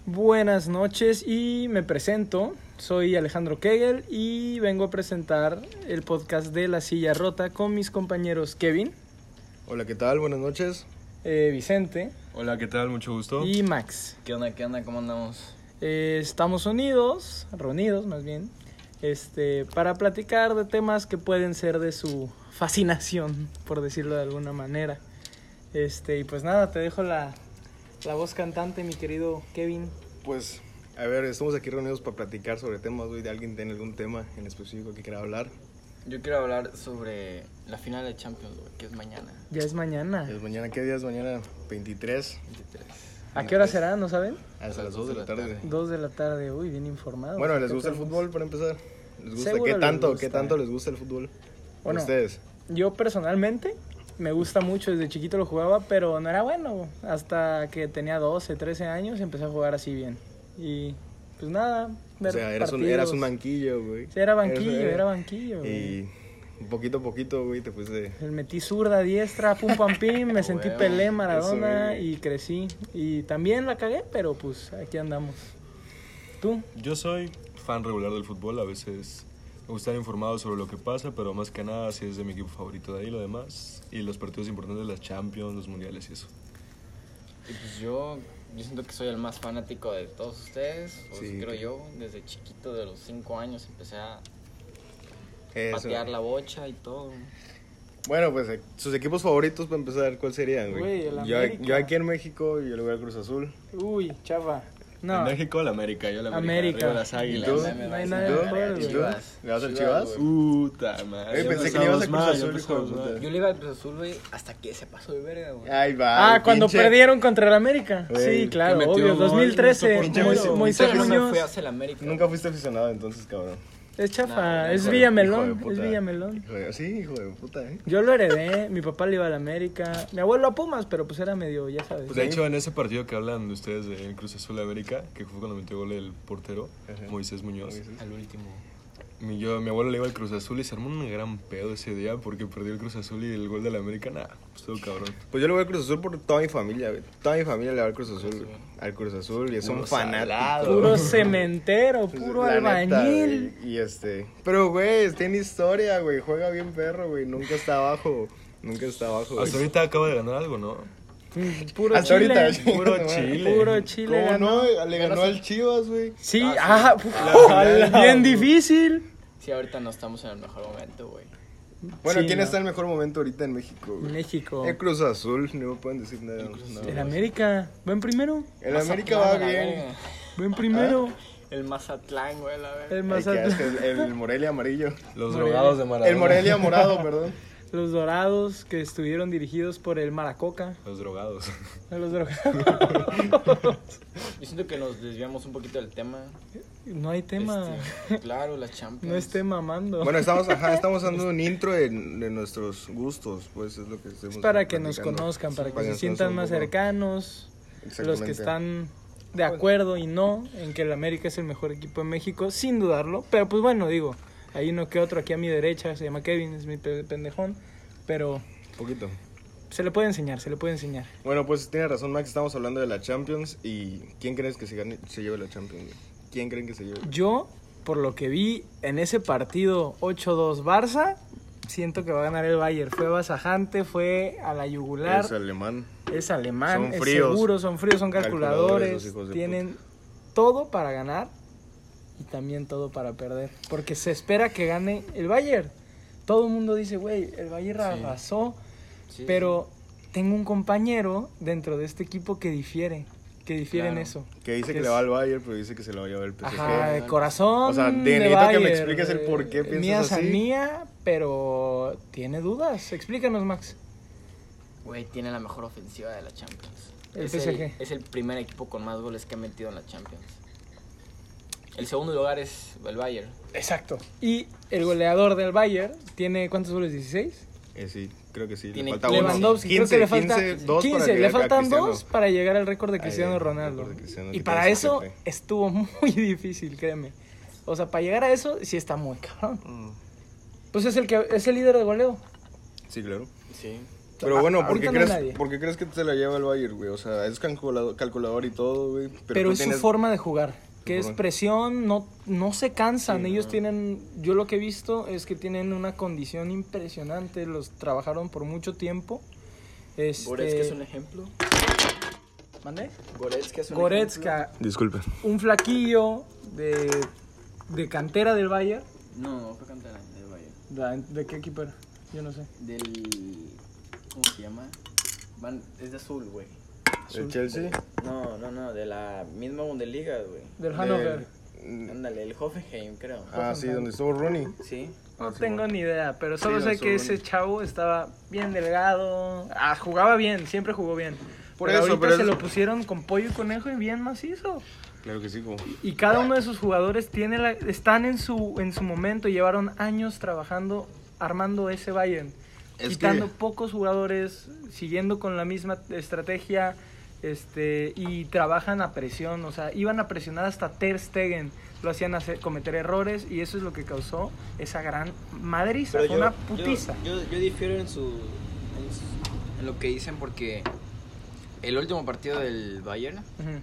Buenas noches y me presento. Soy Alejandro Kegel y vengo a presentar el podcast de La Silla Rota con mis compañeros Kevin. Hola, ¿qué tal? Buenas noches. Vicente. Hola, ¿qué tal? Mucho gusto. Y Max. ¿Qué onda? ¿Cómo andamos? Estamos reunidos más bien, para platicar de temas que pueden ser de su fascinación, por decirlo de alguna manera. Y pues nada, te dejo la voz cantante, mi querido Kevin. Pues, a ver, estamos aquí reunidos para platicar sobre temas. Hoy de alguien tiene algún tema en específico que quiera hablar. Yo quiero hablar sobre la final de Champions, güey, que es mañana. Ya es mañana. ¿Es mañana qué día es? Mañana 23. ¿A qué hora será? ¿No saben? Hasta las 2 de la tarde. 2 de la tarde. Uy, bien informado. Bueno, ¿les gusta el fútbol para empezar? ¿Les gusta? Seguro ¿Qué tanto les gusta el fútbol? Bueno, ¿A ustedes? Yo personalmente me gusta mucho, desde chiquito lo jugaba, pero no era bueno. Hasta que tenía 12, 13 años empecé a jugar así bien. Y pues nada, O sea, eras un banquillo, güey. Sí, era banquillo. Y poquito a poquito, güey, te fuiste... Metí zurda, diestra, pum pam pim, me sentí Pelé, Maradona eso, y crecí. Y también la cagué, pero pues aquí andamos. ¿Tú? Yo soy fan regular del fútbol, a veces me gusta estar informado sobre lo que pasa, pero más que nada si es de mi equipo favorito, de ahí lo demás. Y los partidos importantes, las Champions, los mundiales y eso. Y pues yo siento que soy el más fanático de todos ustedes, Sí, creo yo. Desde chiquito, de los 5 años, empecé a Eso. patear la bocha y todo. Bueno, pues sus equipos favoritos para empezar, ¿cuáles serían, güey? Güey, el Yo América. aquí en México, yo le voy al Cruz Azul. Uy, chava. No. En México, la América, yo la América. Arriba las Águilas. ¿Y tú? No hay nada ¿Y tú? mejor, güey. ¿Y tú? ¿Le vas al Chivas? güey. Puta madre. Pensé que le ibas a Cruz Azul, hijo de empezamos puta. mal. Yo le iba al Cruz Azul, güey, hasta que se pasó de verga, güey. Ahí va. Cuando pinche- perdieron contra el América. Güey, Sí, claro, que metió obvio. gol, 2013, pinche Moisés Pero no me Muñoz. fui hacia el América. Nunca fuiste aficionado entonces, cabrón. Es chafa, No, es hijo de- Villamelón, hijo de es puta. Villamelón. Sí, hijo de puta, Yo lo heredé, mi papá le iba a la América, mi abuelo a Pumas, pero pues era medio, ya sabes. Pues de hecho, en ese partido que hablan de ustedes de Cruz Azul América, que fue cuando metió gol el portero, Ajá. Moisés Muñoz. Al último. Mi abuelo le iba al Cruz Azul y se armó un gran pedo ese día porque perdió el Cruz Azul y el gol de la América, nada, estuvo cabrón. Pues yo le voy al Cruz Azul por toda mi familia, güey. Toda mi familia le va al Cruz Azul, güey. Al Cruz Azul y son Puro fanáticos. salado. Puro cementero, puro La neta, albañil. güey. Y pero güey, tiene historia, güey. Juega bien perro, güey. Nunca está abajo. güey. Hasta ahorita acaba de ganar algo, ¿no? Puro Hasta Chile. ahorita, Puro no, Chile. Puro Chile. ¿Cómo ganó. no? Le ganó al Chivas, güey. Sí, La bien final. difícil. Sí, ahorita no estamos en el mejor momento, güey. Bueno, Sí, ¿quién no. está en el mejor momento ahorita en México, güey? México. El Cruz Azul, no me pueden decir nada. El América, buen primero. El América va Mazatlán, a la bien. verga. Buen primero. El Mazatlán, güey, la verga. El Ay, qué Mazatlán. asco, el Morelia amarillo. Los Morelia. drogados de Maradona. El Morelia morado, perdón. Los Dorados, que estuvieron dirigidos por el Maracoca. Los drogados. Los drogados. Yo siento que nos desviamos un poquito del tema. No hay tema. Claro, las Champions. No esté mamando. Bueno, estamos dando un intro de nuestros gustos, pues es lo que estamos Es para que nos platicando. conozcan, para que Para se nos sientan conozcan más un poco. cercanos. Los Exactamente. que están de acuerdo y no en que el América es el mejor equipo de México, sin dudarlo. Pero pues bueno, digo, hay uno que otro aquí a mi derecha, se llama Kevin, es mi pendejón. Pero Poquito. se le puede enseñar, se le puede enseñar. Bueno, pues tiene razón Max, estamos hablando de la Champions y ¿quién crees que se lleve la Champions? Güey? ¿Quién creen que se lleve? Yo, por lo que vi en ese partido 8-2 Barça, siento que va a ganar el Bayern. Fue avasajante, fue a la yugular. Es alemán. Es alemán, Son es fríos. seguro, son fríos, son Calculadores, calculadores, los hijos de tienen todo para ganar y también todo para perder, porque se espera que gane el Bayern. Todo el mundo dice, güey, el Bayern arrasó, Sí, pero tengo un compañero dentro de este equipo que difiere en Claro. eso. Que dice que es- le va al Bayern, pero dice que se lo va a llevar el PSG. Ajá, de corazón. O sea, de necesito que me Bayern, expliques el por qué piensas mía así. mía, pero tiene dudas. Explícanos, Max. Güey, tiene la mejor ofensiva de la Champions. El es PSG. Es el primer equipo con más goles que ha metido en la Champions. El segundo lugar es el Bayern. Exacto. Y el goleador del Bayern tiene, ¿cuántos goles? ¿16? Sí, creo que sí. Tiene Le falta uno. Lewandowski, 15, creo que le falta 15, dos 15, para le llegar a faltan Cristiano. 2 para llegar al récord de Ay, Cristiano el Ronaldo. récord de Cristiano, Y que para tiene eso 7. estuvo muy difícil, créeme. O sea, para llegar a eso sí está muy cabrón. Mm, Pues es el líder de goleo. Sí, claro. Sí. Pero bueno, Ahorita no hay nadie. ¿por qué crees que se la lleva el Bayern, güey? O sea, es calculador y todo, güey. Pero tú es su tienes- forma de jugar, que es Forma. presión, no se cansan. Sí, Ellos no. tienen, yo lo que he visto es que tienen una condición impresionante, los trabajaron por mucho tiempo. Goretzka es un ejemplo. ¿Mande? Goretzka es un Goretzka, Disculpe. un flaquillo de cantera del Bayern. ejemplo. No, fue cantera del Bayern. ¿De qué equipo era? Yo no sé. Del... ¿Cómo se llama? Es de azul, güey. ¿El Chelsea? No, de la misma Bundesliga, güey. Del Hannover. Ándale, el Hoffenheim, creo. Ah, sí, donde estuvo Rooney. Sí. No tengo ni idea, pero solo Sí, sé no, que solo ese chavo estaba bien delgado. Jugaba bien, siempre jugó bien. Por Pero eso, ahorita pero se es- lo pusieron con pollo y conejo y bien macizo. Claro que sí, como. Y cada uno de sus jugadores están en su momento, llevaron años trabajando, armando ese Bayern. Es Quitando que- pocos jugadores, siguiendo con la misma estrategia, y trabajan a presión, o sea, iban a presionar hasta Ter Stegen, lo hacían cometer errores y eso es lo que causó esa gran madriza, fue una putiza. Yo difiero en lo que dicen porque el último partido del Bayern,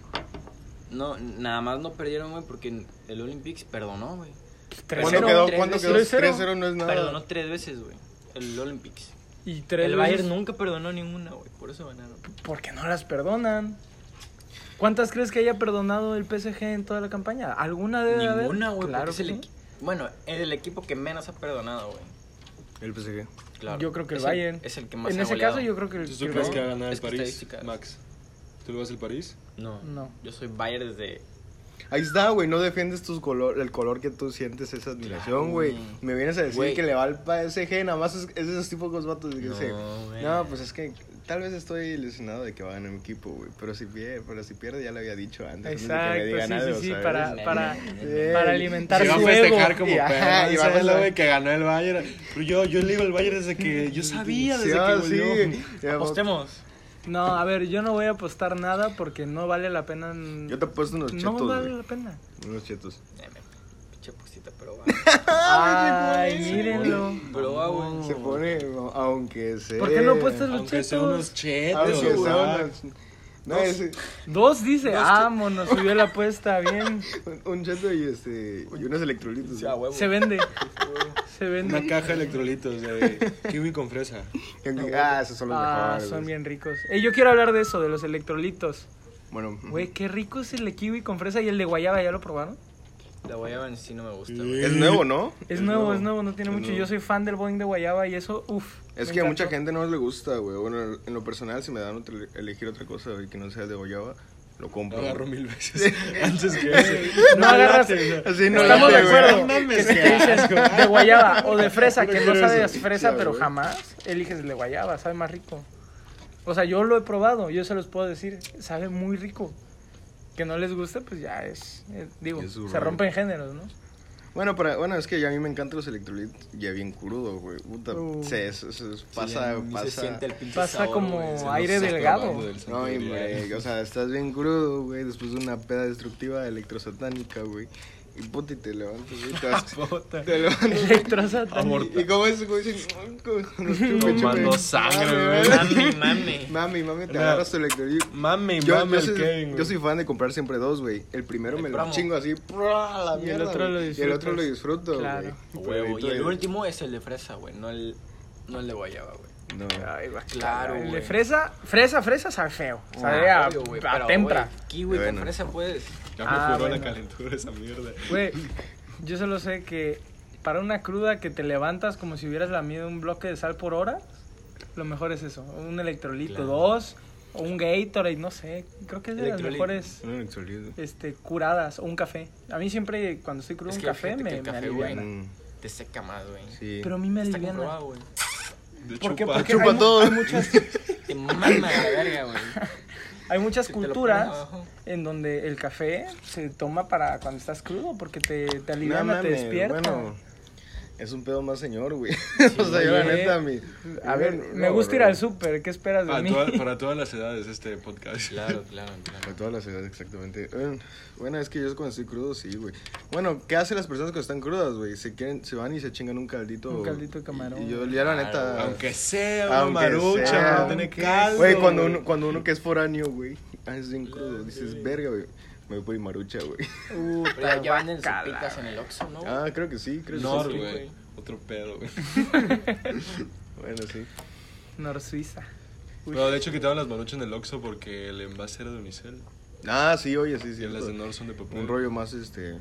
Ujú. nada más no perdieron, güey, porque el Olympics perdonó, güey. 3-0. ¿Cuánto quedó? tres ¿Cuánto veces. quedó? 3-0. 3-0 no es nada. Perdonó 3 veces, güey. El Olympics. Y 3 El veces, Bayern nunca perdonó ninguna, güey. Por eso ganaron. porque no las perdonan. ¿Cuántas crees que haya perdonado el PSG en toda la campaña? ¿Alguna debe haber? Ninguna, güey. Claro Porque que es el sí. Bueno, es el equipo que menos ha perdonado, güey. El PSG. Claro. Yo creo que el Es Bayern. Es el que más En ha ese goleado. caso yo creo que el Entonces, ¿tú que crees el que va a Bayern. ganar el Es que París, estadística. Max? ¿Tú le vas al París? No. No. Yo soy Bayern desde... Ahí está, güey, no defiendes el color que tú sientes, esa admiración, güey. Claro. Me vienes a decir Güey. que le va al PSG, nada más es de esos tipos de vatos que No, dicen, güey. no, pues es que tal vez estoy ilusionado de que va a ganar mi equipo, güey, pero si pierde ya lo había dicho antes. antes de que me Exacto, digan sí, algo, sí, sí, ¿sabes? para alimentar Se va a su festejar ego. como Y, ajá, perro. y ¿Sabes vamos lo a- de que ganó el Bayern? Pero yo le digo al Bayern desde que... Yo sabía Sí, desde que sí. goleó. Ya, Apostemos. No, a ver, yo no voy a apostar nada porque no vale la pena. Yo te he puesto unos No chetos, vale güey. la pena. Unos chetos. Pinche postita, pero va. Ay, mírenlo. Pero va, güey. Se pone, aunque sea. ¿Por qué no apuestas los Aunque sea unos chetos? Aunque chetos. sea va. unos- No, es 2 dice, vámonos, subió la apuesta, bien. un cheto y unos electrolitos. Sí, a huevo. Se vende. Se Una vende. caja de electrolitos de kiwi con fresa. Esos son los Ah, mejores. son güey. bien ricos. Yo quiero hablar de eso, de los electrolitos. Bueno, Güey, qué rico es el de kiwi con fresa y el de guayaba, ¿ya lo probaron? La guayaba en sí no me gusta, Sí. güey. es nuevo, ¿no? Es nuevo, no tiene Es mucho. nuevo. Yo soy fan del boing de guayaba y eso, uff. Es que a mucha gente no le gusta, güey. Bueno, en lo personal, si me dan elegir otra cosa güey, que no sea de guayaba, lo compro. Lo agarro güey. 1000 veces antes que ese. No agarras. Así no Estamos de late, güey. acuerdo. No mames, Que te qué dicen asco. de guayaba o de fresa, que no Prefiero sabes eso. fresa, Sí, pero güey. jamás eliges el de guayaba, sabe más rico. O sea, yo lo he probado, yo se los puedo decir, sabe muy rico. Que no les guste, pues ya digo, Es su se rollo. rompen géneros, ¿no? Bueno, es que ya a mí me encantan los electrolitos ya bien crudo, güey. Puta, pasa, Ni pasa. se siente el pinche Pasa sabor, como güey. Se aire nos está delgado. acabando del No, y, Santería. güey, o sea, estás bien crudo, güey, después de una peda destructiva electrosatánica, güey. Y puta, y te levantas, güey, te levantas. Electrosatánico. ¿Y cómo es, güey? Tomando sangre, güey. Mami, te No. agarras tu electrolito. Mame, Yo el soy, Kevin, güey. yo soy fan de comprar siempre dos, güey. El primero me lo promo. chingo así, ¡prua! La Y el mierda, otro lo güey. Y el otro lo disfrutas. disfruto, Claro. güey. Huevo. Y el Pero- último es el de fresa, güey. No el de guayaba, güey. No. Ay, va, Claro, el de güey. fresa sabe feo. Sabe a, Obvio, güey, a pero, tempra. güey, kiwi Bueno. con fresa puedes. Ya Ah, me juró bueno. la calentura esa mierda. Güey, yo solo sé que para una cruda que te levantas como si hubieras lamido un bloque de sal por hora, lo mejor es eso, un electrolito, Claro. 2, o un Gatorade, no sé, creo que es de las Electrolito. mejores Un electrolito. curadas, o un café. A mí siempre cuando estoy crudo Es un que café fíjate que me el café, aliviana. Mm, Te seca más, güey. sí. Pero a mí me Está aliviana. comprobado, güey. De ¿Por qué? chupa. Porque Chupa hay, todo. Te mama la verga, güey. hay muchas Si te lo culturas pones abajo. en donde el café se toma para cuando estás crudo porque te No aliviana, te mames, despierta. Bueno, es un pedo más señor, güey. O sea, yo la oye. neta, A ver, me gusta ir al súper, ¿qué esperas de mí? Para todas las edades este podcast. Claro. Para todas las edades, exactamente. Bueno, es que yo cuando estoy crudo, sí, güey. Bueno, ¿qué hacen las personas cuando están crudas, güey? Se van y se chingan un caldito. Un caldito de camarón. Y yo, ya la neta... Aunque sea una Aunque marucha, sea, no tiene caldo. Güey, cuando uno que es foráneo, güey, es bien crudo, dices, verga, güey, me voy por marucha, güey. Pero ya venden sopitas en el Oxxo, ¿no? Ah, creo que sí, No, sí. güey. Otro pedo, güey. Bueno, sí. Nor Suiza. Uy. No, de hecho quitaron las maruchas en el Oxxo porque el envase era de unicel. Ah, sí, oye, sí, sí. Y las de Nor son de papel. Un rollo más,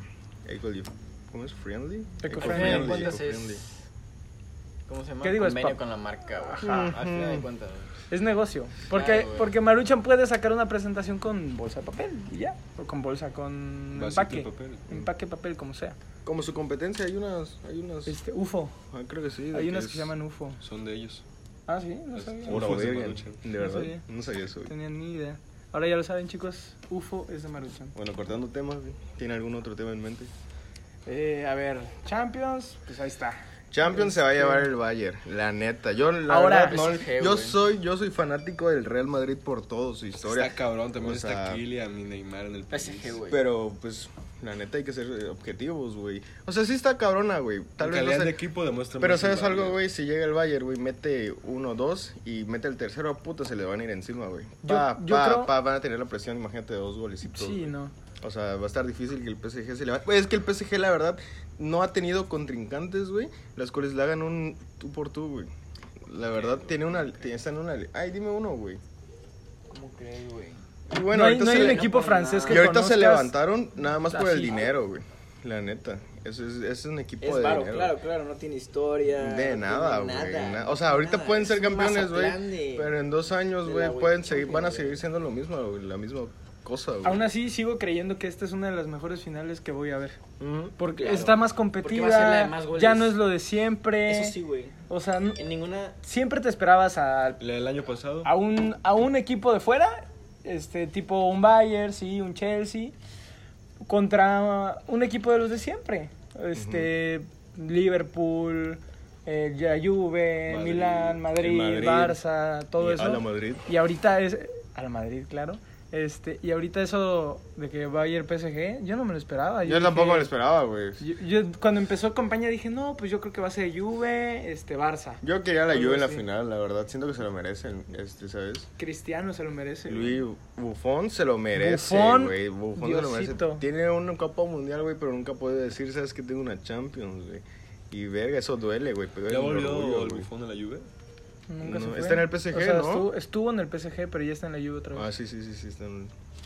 ¿cómo es? ¿Friendly? Eco-friendly. ¿Cuántas es? ¿Cómo se llama? ¿Qué digo? Es Convenio pap- con la marca, güey. Ajá. Al final de cuentas, güey. Es negocio. Porque, Claro, güey. porque Maruchan puede sacar una presentación con bolsa de papel y ya. O con bolsa con Vasito empaque. de papel. Empaque papel, como sea. Como su competencia, hay unas... UFO. creo que sí. de Hay que unas que es- se llaman UFO. Son de ellos. Ah, sí, no sabía. Uf. Ufo, Ufos de verga. Maruchan. De verdad, sabía. no sabía eso, No güey. tenía ni idea. Ahora ya lo saben, chicos. UFO es de Maruchan. Bueno, cortando temas, güey. ¿Tiene algún otro tema en mente? A ver, Champions, pues ahí está. Champions se va a llevar el Bayern, la neta. Yo la Ahora, verdad, no, PSG, yo soy fanático del Real Madrid por todo su historia. Está cabrón, también O sea, está Kylian y Neymar en el PSG, güey. Pero pues la neta hay que ser objetivos, güey. O sea, sí está cabrona, güey. Tal vez no calidad sé- de equipo demuestra Pero más el sabes algo, Bayern. güey, si llega el Bayern, güey, mete 1-2 y mete el tercero, puta, se le van a ir encima, güey. Yo creo- Van a tener la presión, imagínate, de 2 golecitos. Sí, güey. no. O sea, va a estar difícil que el PSG se levante. Pues es que el PSG, la verdad, no ha tenido contrincantes, güey, las cuales le hagan un tú por tú, güey. La verdad, está en una... Ay, dime uno, güey. ¿Cómo crees, güey? Y bueno, no hay, ahorita no hay se un le- equipo francés que Y ahorita se conozcas. levantaron nada más por el Así. dinero, güey. La neta. Eso es un equipo de varo, dinero. claro, no tiene historia. De no nada, tiene güey. nada, O sea, ahorita nada. pueden ser Es un campeones, güey. Mazatlán de- Pero en 2 años, de güey, la pueden UEFA seguir, van a Champions, seguir siendo lo mismo, güey. La misma cosa, güey. Aún así, sigo creyendo que esta es una de las mejores finales que voy a ver. Ujú. Porque Claro. está más Porque competida, va a ser la de más goles. ya no es lo de siempre. Eso sí, güey. O sea, En ninguna... siempre te esperabas El año pasado. a un equipo de fuera, tipo un Bayern, sí, un Chelsea, contra un equipo de los de siempre. Liverpool, la Juve, Madrid, Milán, Madrid, el Madrid. Barça, todo Y eso. a la Madrid. Y ahorita es al Madrid, claro. Y ahorita eso de que va a ir PSG, yo no me lo esperaba. Yo tampoco dije- me lo esperaba, güey. Yo cuando empezó campaña dije, no, pues yo creo que va a ser Juve, Barça. Yo quería la Algo Juve en la así. final, la verdad. Siento que se lo merecen, ¿sabes? Cristiano se lo merece. Luis Buffon se lo merece, Buffon, güey. Buffon se lo merece. Diosito. Tiene una Copa Mundial, güey, pero nunca puede decir, ¿sabes que tengo una Champions, güey? Y verga, eso duele, güey. Pega ¿Ya en volvió orgullo, el güey. Buffon de la Juve? Nunca No, se fue. está en el PSG, O sea, ¿no? estuvo en el PSG, pero ya está en la Juve otra vez. Ah, sí, está en...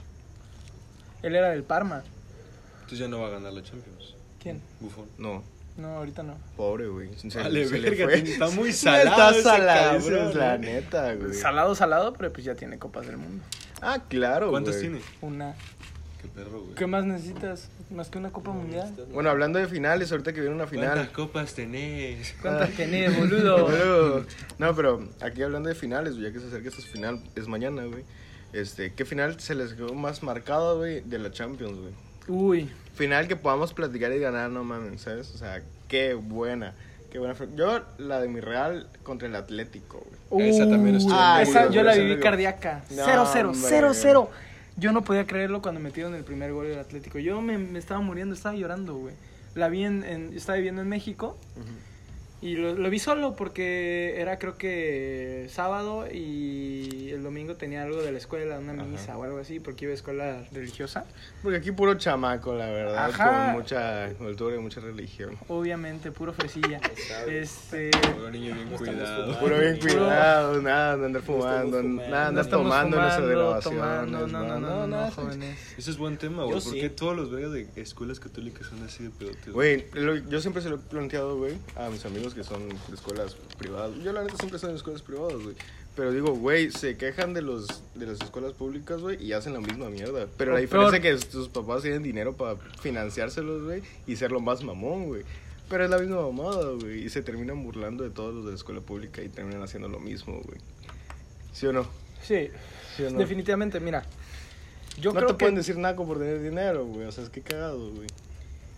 Él era del Parma. Entonces ya no va a ganar la Champions. ¿Quién? Buffon. No, No, ahorita no. pobre, güey. Vale, se le verga, fue. está muy Está salado ese saladísimo, cabrón, la ¿eh? neta, güey. Salado, pero pues ya tiene Copas del Mundo. Ah, claro, ¿Cuántas güey. tiene? Una. Qué perro, güey. ¿Qué más necesitas? ¿Más que una Copa Mundial? Bueno, hablando de finales, ahorita que viene una ¿Cuántas final. copas tenés? ¿Cuántas tenés, boludo? Boludo. No, pero aquí hablando de finales, ya que se acerca esta final, es mañana, güey. ¿Qué final se les quedó más marcado, güey, de la Champions, güey? Uy. Final que podamos platicar y ganar, no mames, ¿sabes? O sea, qué buena. Yo, la de mi Real contra el Atlético, güey. Esa también estuvo muy esa buena, yo la esa viví le- cardíaca. No, 0-0, hombre. 0-0. Yo no podía creerlo cuando metieron el primer gol del Atlético. Yo me estaba muriendo, estaba llorando, güey. La vi estaba viviendo en México. Y lo vi solo porque era creo que sábado y el domingo tenía algo de la escuela, una misa o algo así, porque iba a escuela religiosa. Porque aquí puro chamaco, la verdad, Ajá. con mucha cultura y mucha religión. Obviamente, puro fresilla. Puro niño bien cuidado. Puro bien cuidado, nada de andar fumando, fumando. nada de andar estamos tomando en nuestras fumando, grabaciones. no, nada. jóvenes. Ese es buen tema, güey. Yo ¿Por sí. qué todos los vergas de escuelas católicas son así de pedotes? Güey, yo siempre se lo he planteado, güey, a mis amigos que son de escuelas privadas. Yo la neta siempre estoy en escuelas privadas, güey. Pero digo, güey, se quejan de las escuelas públicas, güey, y hacen la misma mierda. Pero la O diferencia peor. es que sus papás tienen dinero para financiárselos, güey, y ser lo más mamón, güey. Pero es la misma mamada, güey, y se terminan burlando de todos los de la escuela pública y terminan haciendo lo mismo, güey. ¿Sí o no? Sí, ¿Sí o no? definitivamente, mira. Yo No creo te que pueden decir naco por tener dinero, güey, o sea, es que cagado, güey.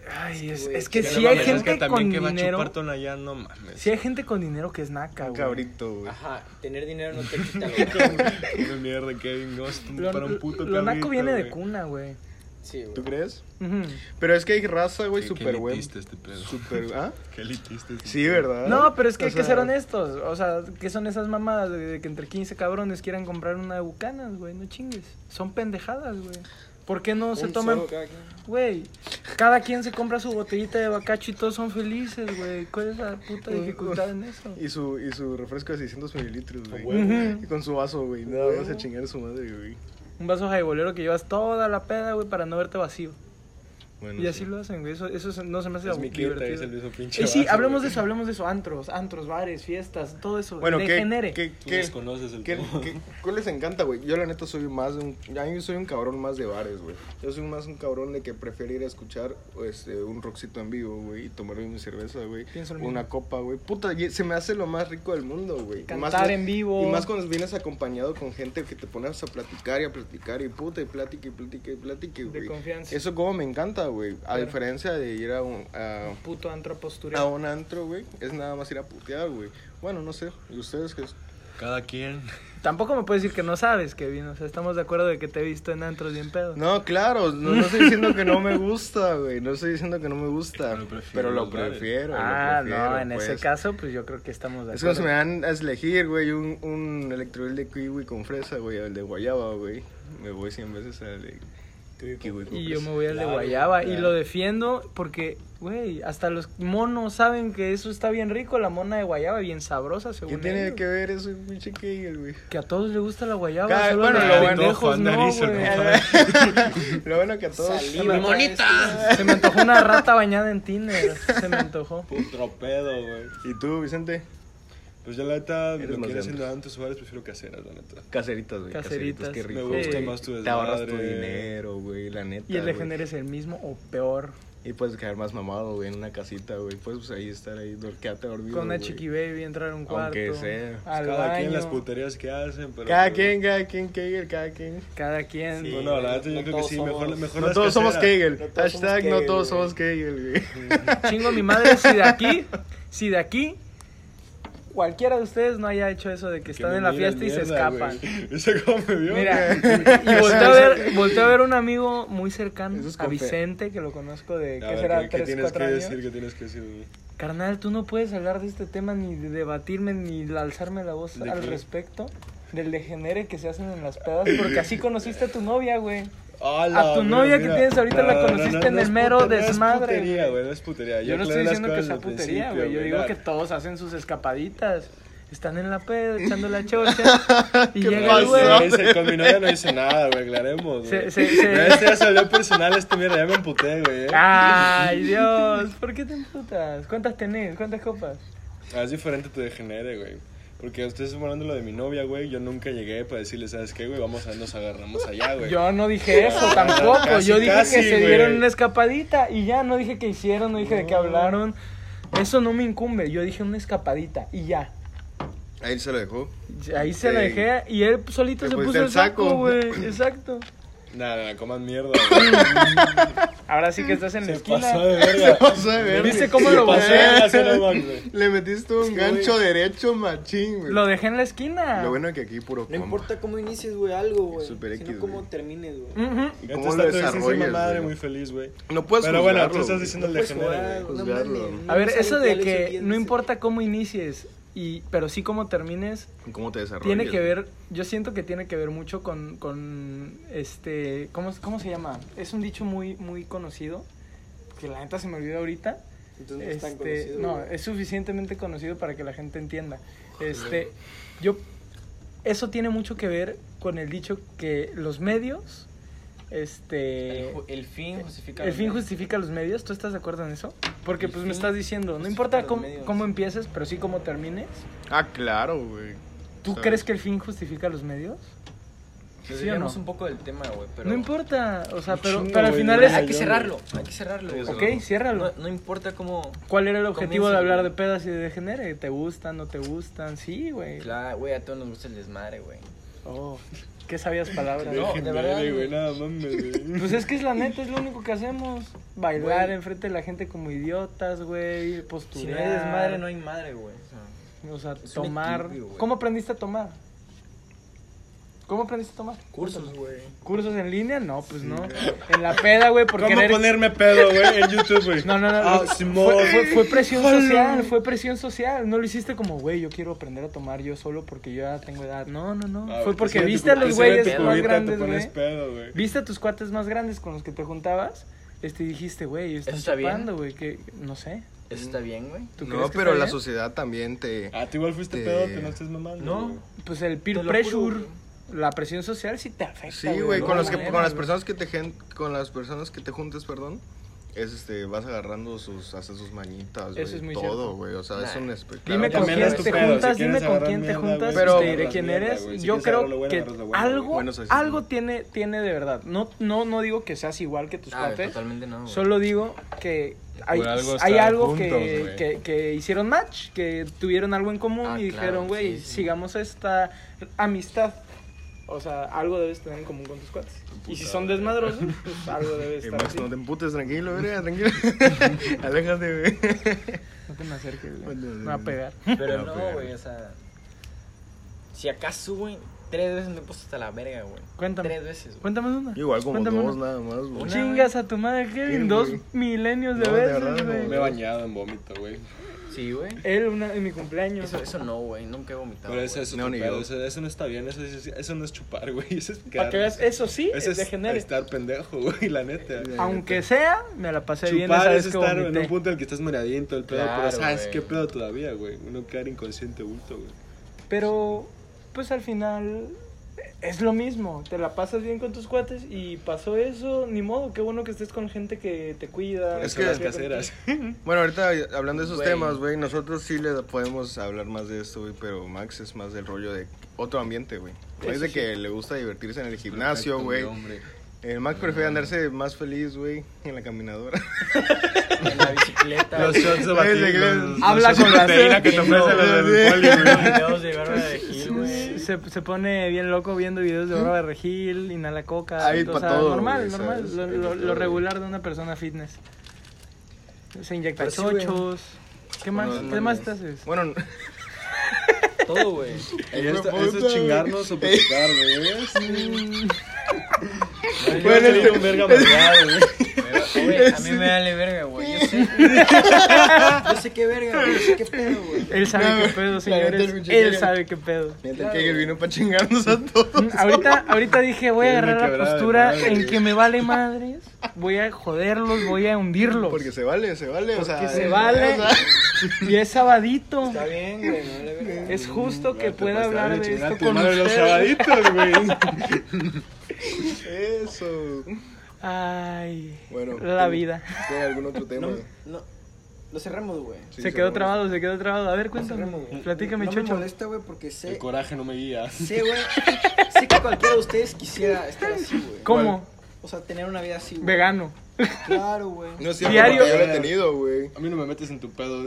Ay, güey, es que No si hay mames, es gente que también con que va a dinero. chupar Tonayán, ya no mames. Si hay gente con dinero que es naca, Un güey. cabrito, güey. Ajá, tener dinero no te quita lo Una mierda, Kevin, no, es Lo, para un puto lo naco cabrito, viene de güey. cuna, güey. Sí, güey. ¿Tú crees? Ujú. Pero es que hay raza, güey, Qué súper güey. elitista este pedo. Súper, ¿ah? Qué elitista este Sí, pedo. ¿verdad? No, pero es que O hay que sea, ser honestos. O sea, ¿qué son esas mamadas de que entre 15 cabrones quieran comprar una de Bucanas, güey? No chingues. Son pendejadas, güey. ¿Por qué no se Un toman? solo cada quien. Güey, cada quien se compra su botellita de bacacho y todos son felices, güey. ¿Cuál es la puta dificultad en eso? Y su refresco de 600 mililitros, güey. Ujú. Y con su vaso, güey. Nada más a chingar a su madre, güey. Un vaso jaibolero que llevas toda la peda, güey, para no verte vacío. Bueno, Y así sí. lo hacen, güey. Eso no se me hace Es mi cliente, divertido. es el mismo pinche Y sí, vaso, hablemos güey. de eso, hablemos de eso. Antros, bares, fiestas, todo eso. Bueno, degenere. Tú desconoces el tema. ¿Cuál les encanta, güey? Yo la neta soy más de un... Yo soy un cabrón más de bares, güey. Yo soy más un cabrón de que prefiere ir a escuchar un rockcito en vivo, güey. Y tomarme mi cerveza, güey. Pienso lo mismo. Una copa, güey. Puta, se me hace lo más rico del mundo, güey. Y más Cantar en vivo. Y más cuando vienes acompañado con gente que te pones a platicar y a platicar. Y puta, y plática, De güey. confianza. Eso como me encanta, güey. A Claro. diferencia de ir a Puto antro a postureo. un antro, güey, es nada más ir a putear, güey. Bueno, no sé. ¿Y ustedes qué es? Cada quien. Tampoco me puedes decir que no sabes, Kevin. O sea, estamos de acuerdo de que te he visto en antros bien pedo. No, claro, no estoy diciendo que no me gusta, güey. No estoy diciendo que no me gusta. Pero lo prefiero Pero lo los bares. prefiero. Ah, lo prefiero, no, en pues. ese caso, pues yo creo que estamos de Es como acuerdo. si me dan a elegir, güey, un electrol de kiwi con fresa, güey, el de guayaba, güey. Me voy 100 veces al de kiwi con Y fresa. yo me voy al de Claro, guayaba y claro. lo defiendo porque, güey, hasta los monos saben que eso está bien rico, la mona de guayaba, bien sabrosa, según ¿Qué tiene ellos. que ver eso, pinche Kegel, güey? Que a todos les gusta la guayaba, Cada- solo bueno, a lo los bueno- pendejos Juan no, Nariz, el güey. Lo bueno que a todos... Saliva, ¡Monita! Se me antojó una rata bañada en Tinder, se me antojó. Puto pedo, güey. ¿Y tú, Vicente? Pues yo la neta, Eres lo más que de viene siendo antes o bares, prefiero caseras, la neta. Caseritas, güey. Caseritas. Qué Me rico. gusta Sí. más tu desmadre. Te ahorras tu dinero, güey, la neta, Y el de güey. género es el mismo o peor. Y puedes quedar más mamado, güey, en una casita, güey. Puedes pues, ahí estar ahí, quedarte dormido, Con una güey. chiqui baby, entrar a un cuarto. Aunque sea. Al Cada baño. quien las puterías que hacen, pero... Cada pues, quien, Kegel, cada quien. Cada quien. Sí. Bueno, la neta yo No creo que todos sí, somos- mejor No las todos somos caseras. Kegel. No todos Hashtag somos no Kegel, todos güey. somos Kegel, güey. Chingo mi madre si de aquí cualquiera de ustedes no haya hecho eso de que están me en la miras, fiesta y se mierda, escapan. güey. ¿Ese cómo me vio? Mira, güey? y volteé a ver un amigo muy cercano, Eso es a confe- Vicente, que lo conozco de, A ¿qué ver, será? ¿qué 3, tienes 4 que años. decir? ¿Qué tienes que decir? güey? Carnal, tú no puedes hablar de este tema ni de debatirme ni alzarme la voz ¿De al qué? respecto del degenere que se hacen en las pedas, porque así conociste a tu novia, güey. ¡Hala, A tu mira, novia que mira! tienes ahorita la conociste en no el es mero putería, desmadre, No es putería, güey. güey, no es putería. Yo no aclaré estoy las diciendo que cosas sea desde el putería, principio, güey. Yo digo mira. que todos hacen sus escapaditas. Están en la peda echando la chocha y ¿Qué llega el pasó? güey. Con mi novia no hice nada, güey, aclaremos, güey. Se- No, este ya salió personal, esta mierda, ya me emputé, güey, Ay, Dios, ¿por qué te emputas? ¿Cuántas tenés? ¿Cuántas copas? Ah, es diferente tu degenere, güey. Porque ustedes están hablando de lo de mi novia, güey. Yo nunca llegué para decirle, ¿sabes qué, güey? Vamos a nos agarramos allá, güey. Yo no dije eso tampoco. Casi, Yo dije casi, que se güey. dieron una escapadita y ya, no dije que hicieron, no dije de qué hablaron. Eso no me incumbe. Yo dije una escapadita y ya. Ahí se lo dejó. Ahí se la Ok. dejé y él solito Te se pusiste puso el el saco. saco, güey. Exacto. Nada, coman mierda, güey. Ahora sí que estás en la Se esquina. pasó de verga. Pasó de verga. ¿Viste cómo Se lo pasó de bajé? verga, se lo van, güey. Le metiste un gancho derecho machín, güey. Lo dejé en la esquina. Lo bueno es que aquí puro No combo. importa cómo inicies, güey, algo, güey. Super Sino X, cómo güey. termines, güey. Ujú. Y Entonces, cómo lo tanto dices, desarrollas, mi madre güey. muy feliz, güey. No puedes Pero bueno, juzgarlo, tú estás güey. diciendo el No puedes degenere, jugar, güey. no Juzgarlo. mames, no A ver, sabes eso qué de le hizo que bien, no sí. importa cómo inicies, pero sí cómo termines, ¿Cómo te desarrollas? tiene que güey? ver, yo siento que tiene que ver mucho con ¿cómo se llama? Es un dicho muy conocido, que la neta se me olvidó ahorita. Entonces no es tan conocido, No, güey. es suficientemente conocido para que la gente entienda. Eso tiene mucho que ver con el dicho que los medios, El fin justifica. el los fin medios. justifica los medios. ¿Tú estás de acuerdo en eso? Porque El pues me fin estás diciendo, no justifica importa los cómo, medios. cómo empieces, pero sí cómo termines. Ah, claro, güey. ¿Tú ¿Sabes? crees que el fin justifica los medios? ¿Sí o Desviamos no? un poco del tema, güey, pero... No importa, o sea, pero, Chinga, pero al güey, final no, es... Hay que cerrarlo, güey. Ok, ciérralo. No importa cómo... ¿Cuál era el objetivo Comienza, de hablar güey. de pedas y de degenere? ¿Te gustan, no te gustan? Sí, güey. Claro, güey, a todos nos gusta el desmadre, güey. Oh, qué sabias palabras. No, de verdad, güey, güey. nada mames, güey. Pues es que es la neta, es lo único que hacemos. bailar Güey. enfrente de la gente como idiotas, güey, Si posturear. no hay desmadre, no hay madre, güey. O sea, es un tomar. equilibrio, güey. ¿Cómo aprendiste a tomar? ¿Cómo aprendiste a tomar? Cursos, güey. ¿Cursos en línea? No, pues no. En la peda, güey, por ¿Cómo querer... ponerme pedo, güey? En YouTube, güey. No. Simón. Fue presión social, fue presión social. No lo hiciste como, güey, yo quiero aprender a tomar yo solo porque yo ya tengo edad. No. Fue porque viste a los güeyes más grandes, güey. Viste a tus cuates más grandes con los que te juntabas. Y dijiste, güey, están ¿Eso está bien? chupando, güey, que no sé. ¿Eso está bien, güey? ¿Tú crees No, que pero está la bien? sociedad también te... Ah, tú igual fuiste Te- pedo, que no estés mamando. No. güey. Pues el peer Te lo pressure, juro, la presión social sí te afecta. Sí, güey, de con alguna las manera, personas que con las personas que te juntes, perdón, vas agarrando hasta sus mañitas, güey, Eso es muy todo, cierto. güey, o sea, Nah. es un espectáculo. Dime con También quién es tu te pedo, juntas, si dime quieres con agarrar quién te mierda, juntas, güey, Pero- te diré agarras quién mierda, eres. güey. Si Yo quieres agarrar creo lo bueno, que agarras lo bueno, algo, Bueno, eso sí. algo tiene de verdad. No digo que seas igual que tus cuates. Totalmente no, güey. Solo digo que hay Por algo hay están algo juntos, que hicieron match, que tuvieron algo en común Ah, y claro, dijeron, güey, sí, sí. sigamos esta amistad. O sea, algo debes tener en común con tus cuates. Y si son desmadrosos, pues algo debes estar Max, así. no te emputes, tranquilo, verga, tranquilo. Aléjate, güey. No te me acerques, güey. Bueno, Me va a pegar. Pero No, no, pero- güey, o sea... Si acaso, güey, 3 veces me he puesto hasta la verga, güey. Cuéntame. 3 veces, güey. Cuéntame una. Igual como Cuéntame dos una. nada más, güey. Una. Chingas a tu madre, Kevin. Sí, 2 güey. milenios de No, de veces, verdad, güey. Me he bañado en vómito, güey. Sí, güey. Él en mi cumpleaños. Eso no, güey, nunca he vomitado, Pero eso güey. es No, otro ni pedo, yo. eso no está bien, eso no es chupar, güey. Eso es Para que veas, eso sí, Eso es de es genere. estar pendejo, güey, la neta. Aunque sea, me la pasé bien Chupar esa es vez que estar en vomité. un punto en el que estás mareadito, el pedo, Claro, pero sabes güey. qué pedo todavía, güey. Uno quedar inconsciente bulto, güey. Pero, pues al final es lo mismo. Te la pasas bien con tus cuates y pasó eso, ni modo. Qué bueno que estés con gente que te cuida. Es que que- las caseras. Bueno, ahorita hablando de esos Güey. temas, güey, nosotros sí le podemos hablar más de esto, güey, pero Max es más del rollo de otro ambiente, güey. Eso Es de sí. que le gusta divertirse en el gimnasio, Perfecto, güey. mi hombre. El Max prefiere andarse más feliz, güey, en la caminadora. En la bicicleta, Los güey. shots de Güey, batido, los Habla shots con de la proteína que te no, ofrecen los sí. del poli, güey. Videos de Bárbara de Gil, güey. Se pone bien loco viendo videos de Bárbara de Regil, inhala coca. Hay o pa' sea, todo, normal, güey, normal. ¿sabes? Lo, Hay pa' lo todo, regular de una persona fitness. Se inyecta Pero sí, güey. chochos. ¿Qué más? Bueno, ¿Qué más mames. te haces? Bueno, Todo, güey. Y esto es chingarnos o platicar, güey. Bueno, Bueno, un verga mareado, güey. Güey, a mí me vale verga, güey. Yo sé. Yo sé qué verga, güey. Yo sé qué pedo, güey. Él sabe No, qué pedo, la señores. neta, el pinche Él Kegel. sabe qué pedo. neta, que vino para chingarnos a todos. Ahorita dije, voy a Quieren agarrar la quebrar de postura madre, en güey. que me vale madres. Voy a joderlos, voy a hundirlos. Porque se vale, o sea. Porque se vale. o sea, Y es sabadito. Está bien, güey. Me vale verga. Es justo que Te pueda pasaste hablar de chingar a esto tu con madre los ustedes. sabaditos, güey. Eso. Ay, Bueno. la vida. ¿Tiene algún otro tema? No. Lo cerramos, güey. Sí, Se quedó cerramos. trabado, se quedó trabado. A ver, cuéntame. Cerramos, güey. Platícame, no Chocho. me molesta, güey, porque El sé, coraje no me guía. sé, güey. Sé que cualquiera de ustedes quisiera estar así, güey. ¿Cómo? O sea, tener una vida así, güey. Vegano. Claro, güey. No es cierto, Diario. porque yo lo he tenido, güey. A mí no me metes en tu pedo.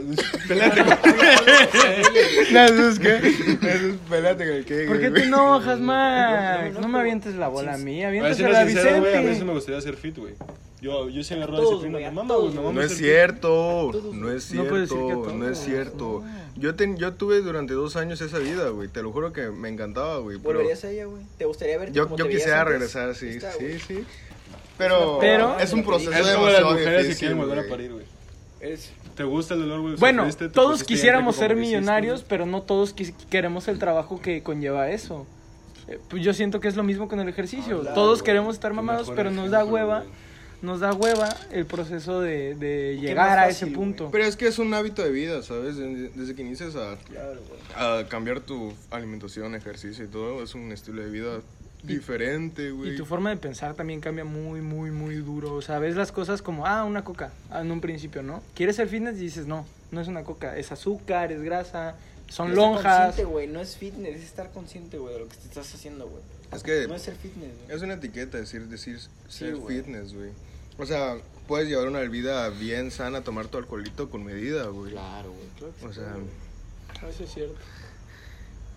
Jesús, ¿qué? Jesús, pelate que ¿Por qué te enojas, Max? No me avientes la bola a mí, Para aviéntate ser a sincero, güey, a mí sí me Vicente. gustaría ser fit, güey. Yo sí agarro todos, disciplina. güey, a Me mama, todos, güey, me güey. mama No es ser fit. cierto, Todos, no es No puedes cierto, decir que no es todos. cierto. Yo tuve durante 2 años esa vida, güey. Te lo juro que me encantaba, güey. Pero ¿Volverías a ella, güey? ¿Te gustaría verte yo como te quisiera veías antes? regresar, sí, Ahí está, sí, güey. sí. Pero, Pero- es un proceso Es como las demasiado mujeres que difícil, quieren volver a güey. parir, güey. Eres... ¿Te gusta el dolor, güey? Bueno, ¿Sufriste? ¿Te todos pusiste quisiéramos bien ser rico como lo hiciste, millonarios, güey? pero no todos queremos el trabajo que conlleva eso. Pues yo siento que es lo mismo con el ejercicio. Claro, Todos güey. queremos estar Qué mamados, mejor pero nos da ejemplo, hueva. güey. Nos da hueva el proceso de qué llegar más a fácil, ese punto. Pero es que es un hábito de vida, ¿sabes? Desde que inicias Claro, güey. a cambiar tu alimentación, ejercicio y todo, es un estilo de vida diferente, güey. Y tu forma de pensar también cambia muy, muy, muy duro. O sea, ves las cosas como, una coca, en un principio, ¿no? Quieres ser fitness y dices, no es una coca, es azúcar, es grasa, son No estar lonjas. consciente, güey. No es fitness, es estar consciente, güey, de lo que te estás haciendo, güey. Es que No es ser fitness, güey. es una etiqueta decir ser güey. fitness, güey. O sea, puedes llevar una vida bien sana, tomar tu alcoholito con medida, güey. Claro, güey. Claro que O sí, sea, güey. Eso es cierto.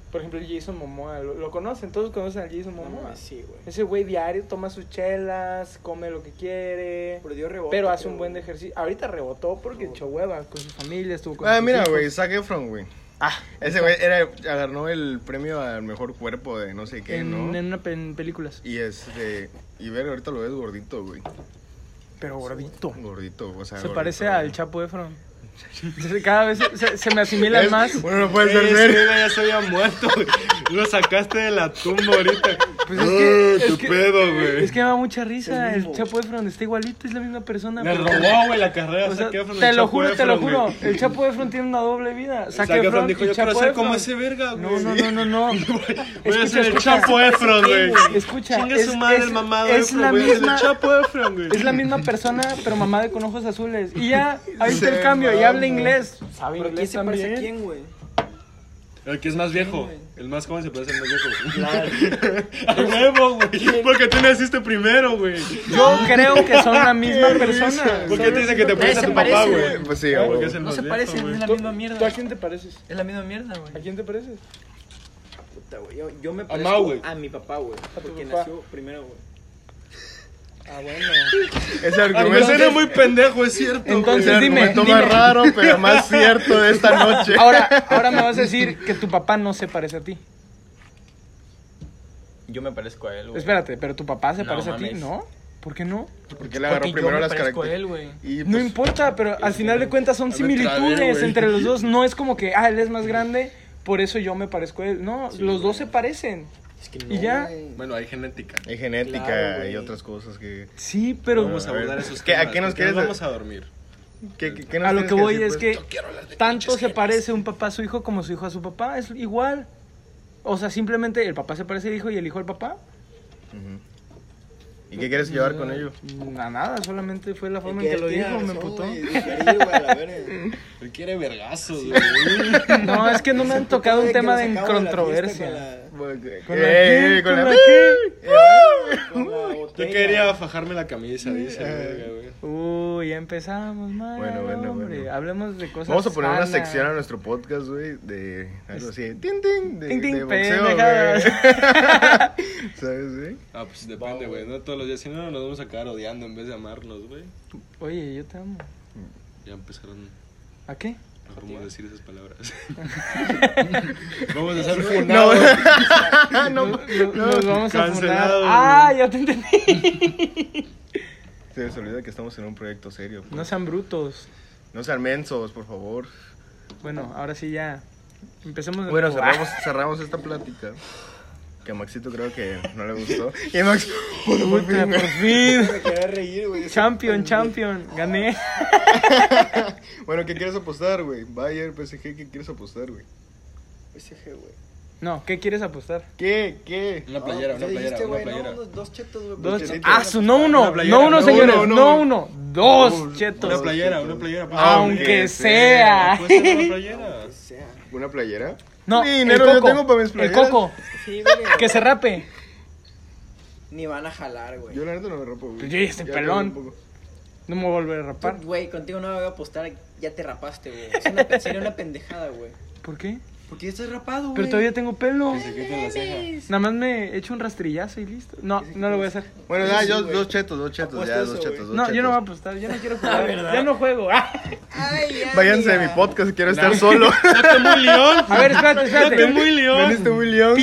Por ejemplo, el Jason Momoa, ¿lo conocen? ¿Todos conocen al Jason Momoa? Sí, güey. Ese güey diario toma sus chelas, come lo que quiere, Pero dio rebote, pero hace creo, un buen güey. ejercicio. Ahorita rebotó porque echó hueva con su familia, estuvo con Ah, sus mira, hijos. güey, Zac Efron, güey. Ah, Ese güey ganó el premio al mejor cuerpo de no sé qué, ¿no? en películas. Y y ver, ahorita lo ves gordito, güey. Pero gordito. Gordito, o sea, Se gordito, parece güey. al Chapo Efron. Cada vez se me asimilan más. Uno no puede ser Ese serio. güey ya se había muerto, güey. Lo sacaste de la tumba ahorita. Pues es ¿Qué pedo, güey? Es que me da mucha risa. El El mismo. Chapo Efron está igualito, es la misma persona. Le pero- robó, güey, la carrera. O sea, Zac Efron, te el lo Chapo juro, Efron, güey. El Chapo Efron tiene una doble vida. Zac Zac Efron Efron dijo, y yo quiero Chapo ser como Efron. ese verga, güey. No. Voy a ser el escucha. Chapo Efron, güey. Escucha, Chinga su madre el mamado es Efron, la güey. Es el misma, Chapo Efron, güey. es la misma persona, pero mamada con ojos azules. Y ya, ahí está el Se cambio, y mama. habla inglés. Sabe ¿Pero quién inglés se parece a también. quién, güey? El que es más viejo. güey? El más joven se parece al más viejo. Claro. A huevo, güey. Porque tú naciste primero, güey. Yo creo que son la misma persona. ¿Por qué te dicen que te parece a se tu parece, papá, güey. güey? Pues sí, Porque güey. es el No más se viejo, parecen, güey. es la misma mierda. ¿Tú a quién te pareces? Es la misma mierda, güey. ¿A quién te pareces? Puta, güey. Yo me A parezco Mau, güey. a mi papá, güey. tu Porque papá. nació primero, güey. Ah, bueno. Ese Aunque argumento, suena muy pendejo, es cierto. Entonces, ese dime, argumento dime. más raro, pero más cierto de esta noche. Ahora me vas a decir que tu papá no se parece a ti. Yo me parezco a él, güey. Espérate, pero tu papá se No parece a ti, mames. ¿no? ¿Por qué no? Porque le agarró Porque yo primero me las parezco a características. él, güey. Y No pues, importa, pero al final de cuentas son Ya me trabé, similitudes güey. entre los dos. No es como que, él es más grande, por eso yo me parezco a él. No, los dos se parecen. Es que ¿Y ya? güey. Bueno, hay genética. hay genética Claro, güey. y otras cosas que... Sí, pero Vamos a A ver, abordar esos ¿qué- a temas. qué nos porque quieres vamos a dormir. ¿Qué nos a lo tienes que voy decir, es pues? que tanto se parece un papá a su hijo como su hijo a su papá. Es igual. O sea, simplemente el papá se parece al hijo y el hijo al papá. Ujú. ¿Y qué quieres llevar con ello? A nada, solamente fue la forma El en que lo tiene dijo, me razón, putó. güey, diferir, güey, a la verga. Él quiere vergazos, güey. No, es que no me han tocado un Que tema lo de sacamos la fiesta controversia. con ¿Con la qué? con la... ¿Con la qué? con la Yo botella. quería fajarme la camisa, dice el verga, güey. Uy, ya empezamos mal, Bueno, hombre. bueno. Hablemos de cosas Vamos a poner una sanas. sección a nuestro podcast, güey, de algo así, tin, tin, de, Tin, tin, de boxeo, pendejadas. güey. ¿Sabes, güey? Ah, pues depende, güey. No todos los días. Si no, nos vamos a acabar odiando en vez de amarnos, güey. Oye, yo te amo. Ya empezaron. ¿A qué? No podemos decir esas palabras. Vamos a ser funados. Nos vamos a Cancelado, fundar. güey. Ah, ya te entendí. Se les olvida que estamos en un proyecto serio. pues. No sean brutos. No sean mensos, por favor. Bueno, ahora sí ya. Empecemos de Bueno, nuevo. cerramos esta plática. Que a Maxito creo que no le gustó. Y Max, Puta, por fin. Me quería reír, güey. Champion. Gané. bueno, ¿qué quieres apostar, güey? Bayern, PSG, ¿qué quieres apostar, güey? PSG, güey. No, ¿qué quieres apostar? ¿Qué? Una playera, No, una pues ya playera, dijiste, una güey, playera. no, dos chetos, güey. Dos pues, chetitos. Ah, su no uno. Una playera, No uno, no señores. uno, No no. uno. Dos Dos. chetos. Una playera, una playera. pues. Aunque sea. Puede ser una playera. O sea. ¿Una playera? No, Ni el dinero yo coco. tengo para mis El playeras. coco. Sí, güey. Que se rape. Ni van a jalar, güey. Yo la neta no me rapo, güey. Pues yo ya estoy tengo pelón. un poco. No me voy a volver a rapar. Güey, contigo no me voy a apostar, ya te rapaste, güey. Sería una pendejada, güey. ¿Por qué? Porque ya estás rapado, güey. Pero todavía tengo pelo. Que se quiten la ceja. Nada más me echo un rastrillazo y listo. No, no lo voy a hacer. Bueno, Sí, ya, sí, yo, güey. dos chetos, Apuesta ya, eso, dos chetos, güey. dos No, chetos. yo no voy a apostar, yo no quiero jugar. ¿verdad? Ya no juego. Ah. Ay, ya, Váyanse de amiga. mi podcast, quiero estar solo. Date muy león. A ver, espérate. muy león. Veniste muy león.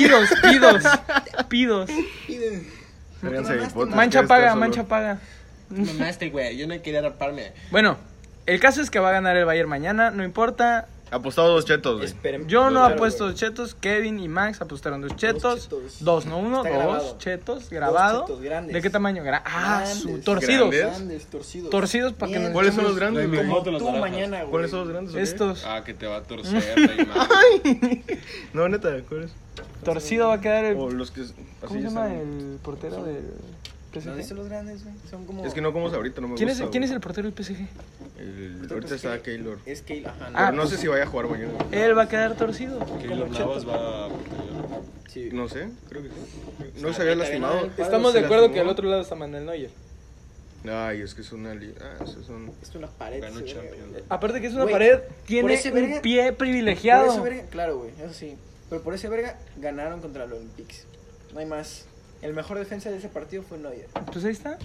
Pidos. Piden. Váyanse de mi podcast. Mancha quiero estar paga, solo. mancha paga. Mamaste, güey. Yo no quería raparme. Bueno, el caso es que va a ganar el Bayern mañana, no importa. Apostado dos chetos, güey. Esperen. Yo no Claro, apuesto güey. dos chetos, Kevin y Max apostaron dos chetos. chetos. Dos, no uno, Está dos grabado. chetos, grabado. chetos grandes. ¿De qué tamaño? Grandes. Torcidos. Grandes. Grandes, torcidos. Torcidos para que Bien. nos ¿Cuáles son los echemos- grandes, Mi güey? moto, los Tú naranjas. mañana, güey. ¿Cuáles son los grandes? o qué? Estos. Ah, que te va a torcer, rey, madre. No, neta, ¿cuáles? Torcido va a quedar el... O los que... ¿Cómo se llama el portero del ¿No PSG? dices los grandes, güey? Son como... Es que no como ahorita, no me ¿Quién gusta. es el portero del PSG? Ahorita está Keylor. Es que, ajá, Ah, Pero no sé si vaya a jugar mañana. Él va a quedar torcido. Keylor como Navas cheto. va a... Sí. No sé, creo que sí. No se había lastimado. Estamos Se de acuerdo lastimó. que al otro lado está Manuel Neuer. Ay, es que es una... esos son... Es una pared. Ganó ese verga, Champions. güey. Aparte que es una Güey, pared, por tiene ese un verga- pie Por privilegiado. eso, verga, claro, güey, eso sí. Pero por ese verga ganaron contra los Olympics. No hay más. El mejor defensa de ese partido fue Neuer. Pues ahí está.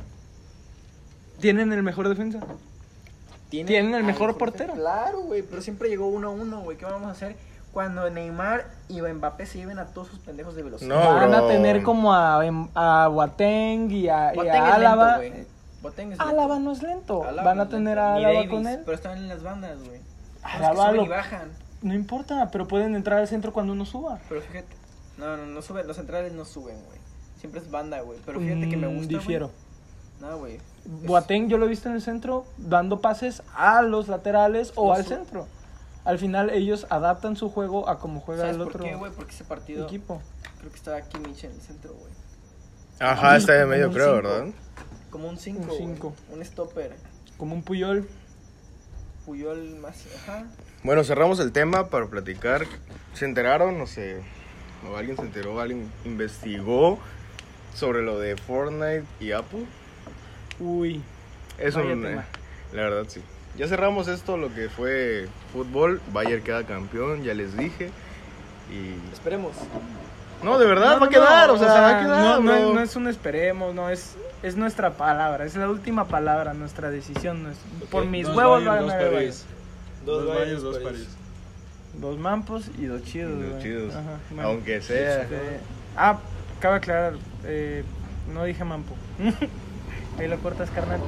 Tienen el mejor defensa. Tienen el al mejor portero. Claro, güey, pero siempre llegó 1-1, güey. ¿Qué vamos a hacer cuando Neymar y Mbappé se lleven a todos sus pendejos de velocidad? No, Van a bro. tener como a Boateng y a Boateng es Álava. lento, güey. Boateng es lento. Álava no es lento. Álava Van no a es tener lento. a Ni Álava Davis, con él. Pero están en las bandas, güey. Álava Los que suben lo- y bajan. No importa, pero pueden entrar al centro cuando uno suba. Pero fíjate, no suben, los centrales no suben, güey. Siempre es banda, güey. Pero fíjate que me gusta, Difiero. güey. No, güey. Boateng yo lo he visto en el centro dando pases a los laterales o No al su- centro. Al final ellos adaptan su juego a como juega ¿Sabes el por otro qué, güey? Porque ese partido equipo. creo que estaba Kimmich en el centro, güey. Ajá, está de Como medio, un creo, cinco. ¿verdad? Como un 5, Un cinco. Un stopper. Como un Puyol. Puyol más, ajá. Bueno, cerramos el tema para platicar. ¿Se enteraron? No sé. O alguien se enteró, alguien investigó sobre lo de Fortnite y Apple. Uy. Es Vaya un. tema. La verdad, sí. Ya cerramos esto, lo que fue fútbol. Bayern queda campeón, ya les dije. Y. Esperemos. No, de verdad, No, va a no, quedar, no, o sea, va a quedar. no, bro. no es un esperemos, no es nuestra palabra, es la última palabra, nuestra decisión. Por mis Dos huevos Bayern, va a dos ganar el París. Dos Bayern, dos París. Dos mampos y dos chidos. Los güey. chidos. Ajá, bueno. Aunque sea. Cabe aclarar, no dije mampo. Ahí lo cortas, carnal.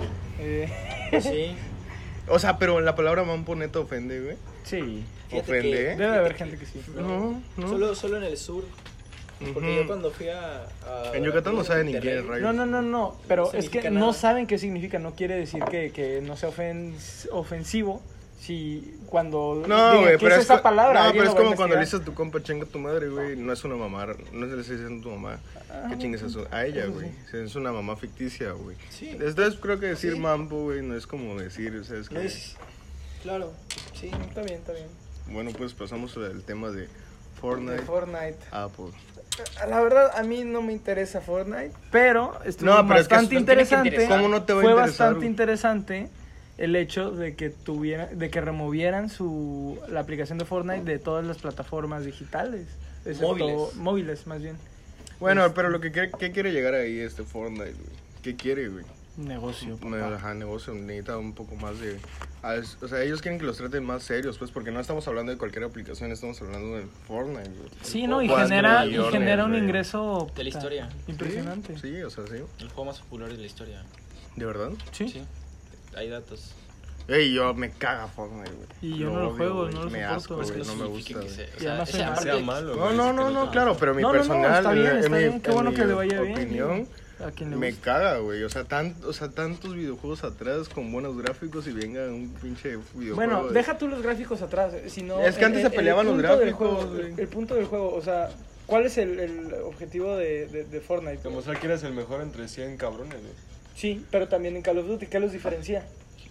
Sí. O sea, pero la palabra mampo neta ofende, güey. Sí, Fíjate Ofende. que- debe de haber gente que sí. No, no. Solo en el sur. Porque Ujú. yo cuando fui a En Yucatán no saben ni Monterrey, quién es rayos. No, pero No es que significa no nada. saben qué significa, no quiere decir que no sea ofensivo si cuando No, digan, güey, ¿qué pero es esa co- palabra? No, Alguien pero es lo va a como cuando le investigar. dices a tu compa chinga tu madre, güey. No es una mamá, no se le está diciendo a tu mamá que chingues a ella, eso güey. Es una mamá ficticia, güey. Sí. Entonces creo que decir Sí. mambo, güey, no es como decir, o sea, es que... No es. Claro, sí. Está bien, está bien. Bueno, pues pasamos al tema de De Fortnite, Fortnite. Apple. La verdad, a mí no me interesa Fortnite, pero estuvo No, pero es que bastante no tiene que interesante. interesar. ¿Cómo no te va a Fue interesar, bastante güey? interesante el hecho de que removieran la aplicación de Fortnite de todas las plataformas digitales, excepto móviles más bien. Bueno, pero lo que ¿qué quiere llegar ahí este Fortnite, güey? ¿Qué quiere, güey? Negocio, papá. Ajá, negocio, necesita un poco más de... O sea, ellos quieren que los traten más serios, pues, porque no estamos hablando de cualquier aplicación, estamos hablando de Fortnite, güey. Sí, no, y Cuatro genera millones, un güey. ingreso De la historia. impresionante. Sí, o sea, sí. El juego más popular de la historia. ¿De verdad? Sí. Sí. Hay datos. Ey, yo me caga Fortnite, güey. Y yo no lo juego, güey. no lo Me soporto. asco, Es güey, que no me gusta, güey. Y además soy malo. Sea malo, No, güey, no, es que no, no, claro, pero mi No, personal, está bien, en está mi- bien, qué en bueno mi que le vaya bien. opinión, A quien le me guste. caga, güey. O sea, tantos videojuegos atrás con buenos gráficos y venga un pinche videojuego. Bueno, de- deja tú los gráficos atrás, sino Es que antes se peleaban los punto del gráficos, juego, güey. el punto del juego, o sea, ¿cuál es el objetivo de Fortnite? Demostrar que eres el mejor entre 100 cabrones, güey. Sí, pero también en Call of Duty, ¿qué los diferencia?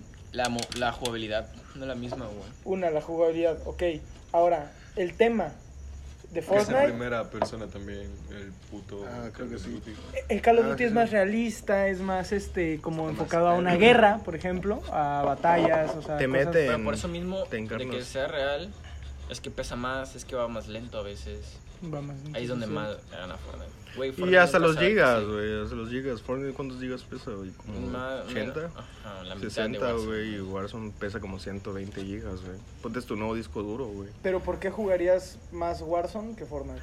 La jugabilidad no es la misma, güey. Una, la jugabilidad, ok. Ahora, el tema de Que es en Fortnite, primera persona también, el puto... Ah, creo que sí. el Call of Ah, Duty sí, es sí. más realista, es más como Más enfocado a una perro. guerra, por ejemplo, a batallas, o sea, Te cosas- mete- Pero por eso mismo, te de encarnas. que sea real, es que pesa más, es que va más lento a veces. Vamos, Ahí es donde sí. más gana Fortnite. Güey, Y Fortnite hasta nunca los sabe, gigas, sí. güey, hasta los gigas. Fortnite, ¿cuántos gigas pesa, güey? Como Más- 80, Ajá, la mitad de 60, Warzone. güey. Y Warzone pesa como 120 gigas, güey. Ponte tu nuevo disco duro, güey. Pero ¿por qué jugarías más Warzone que Fortnite?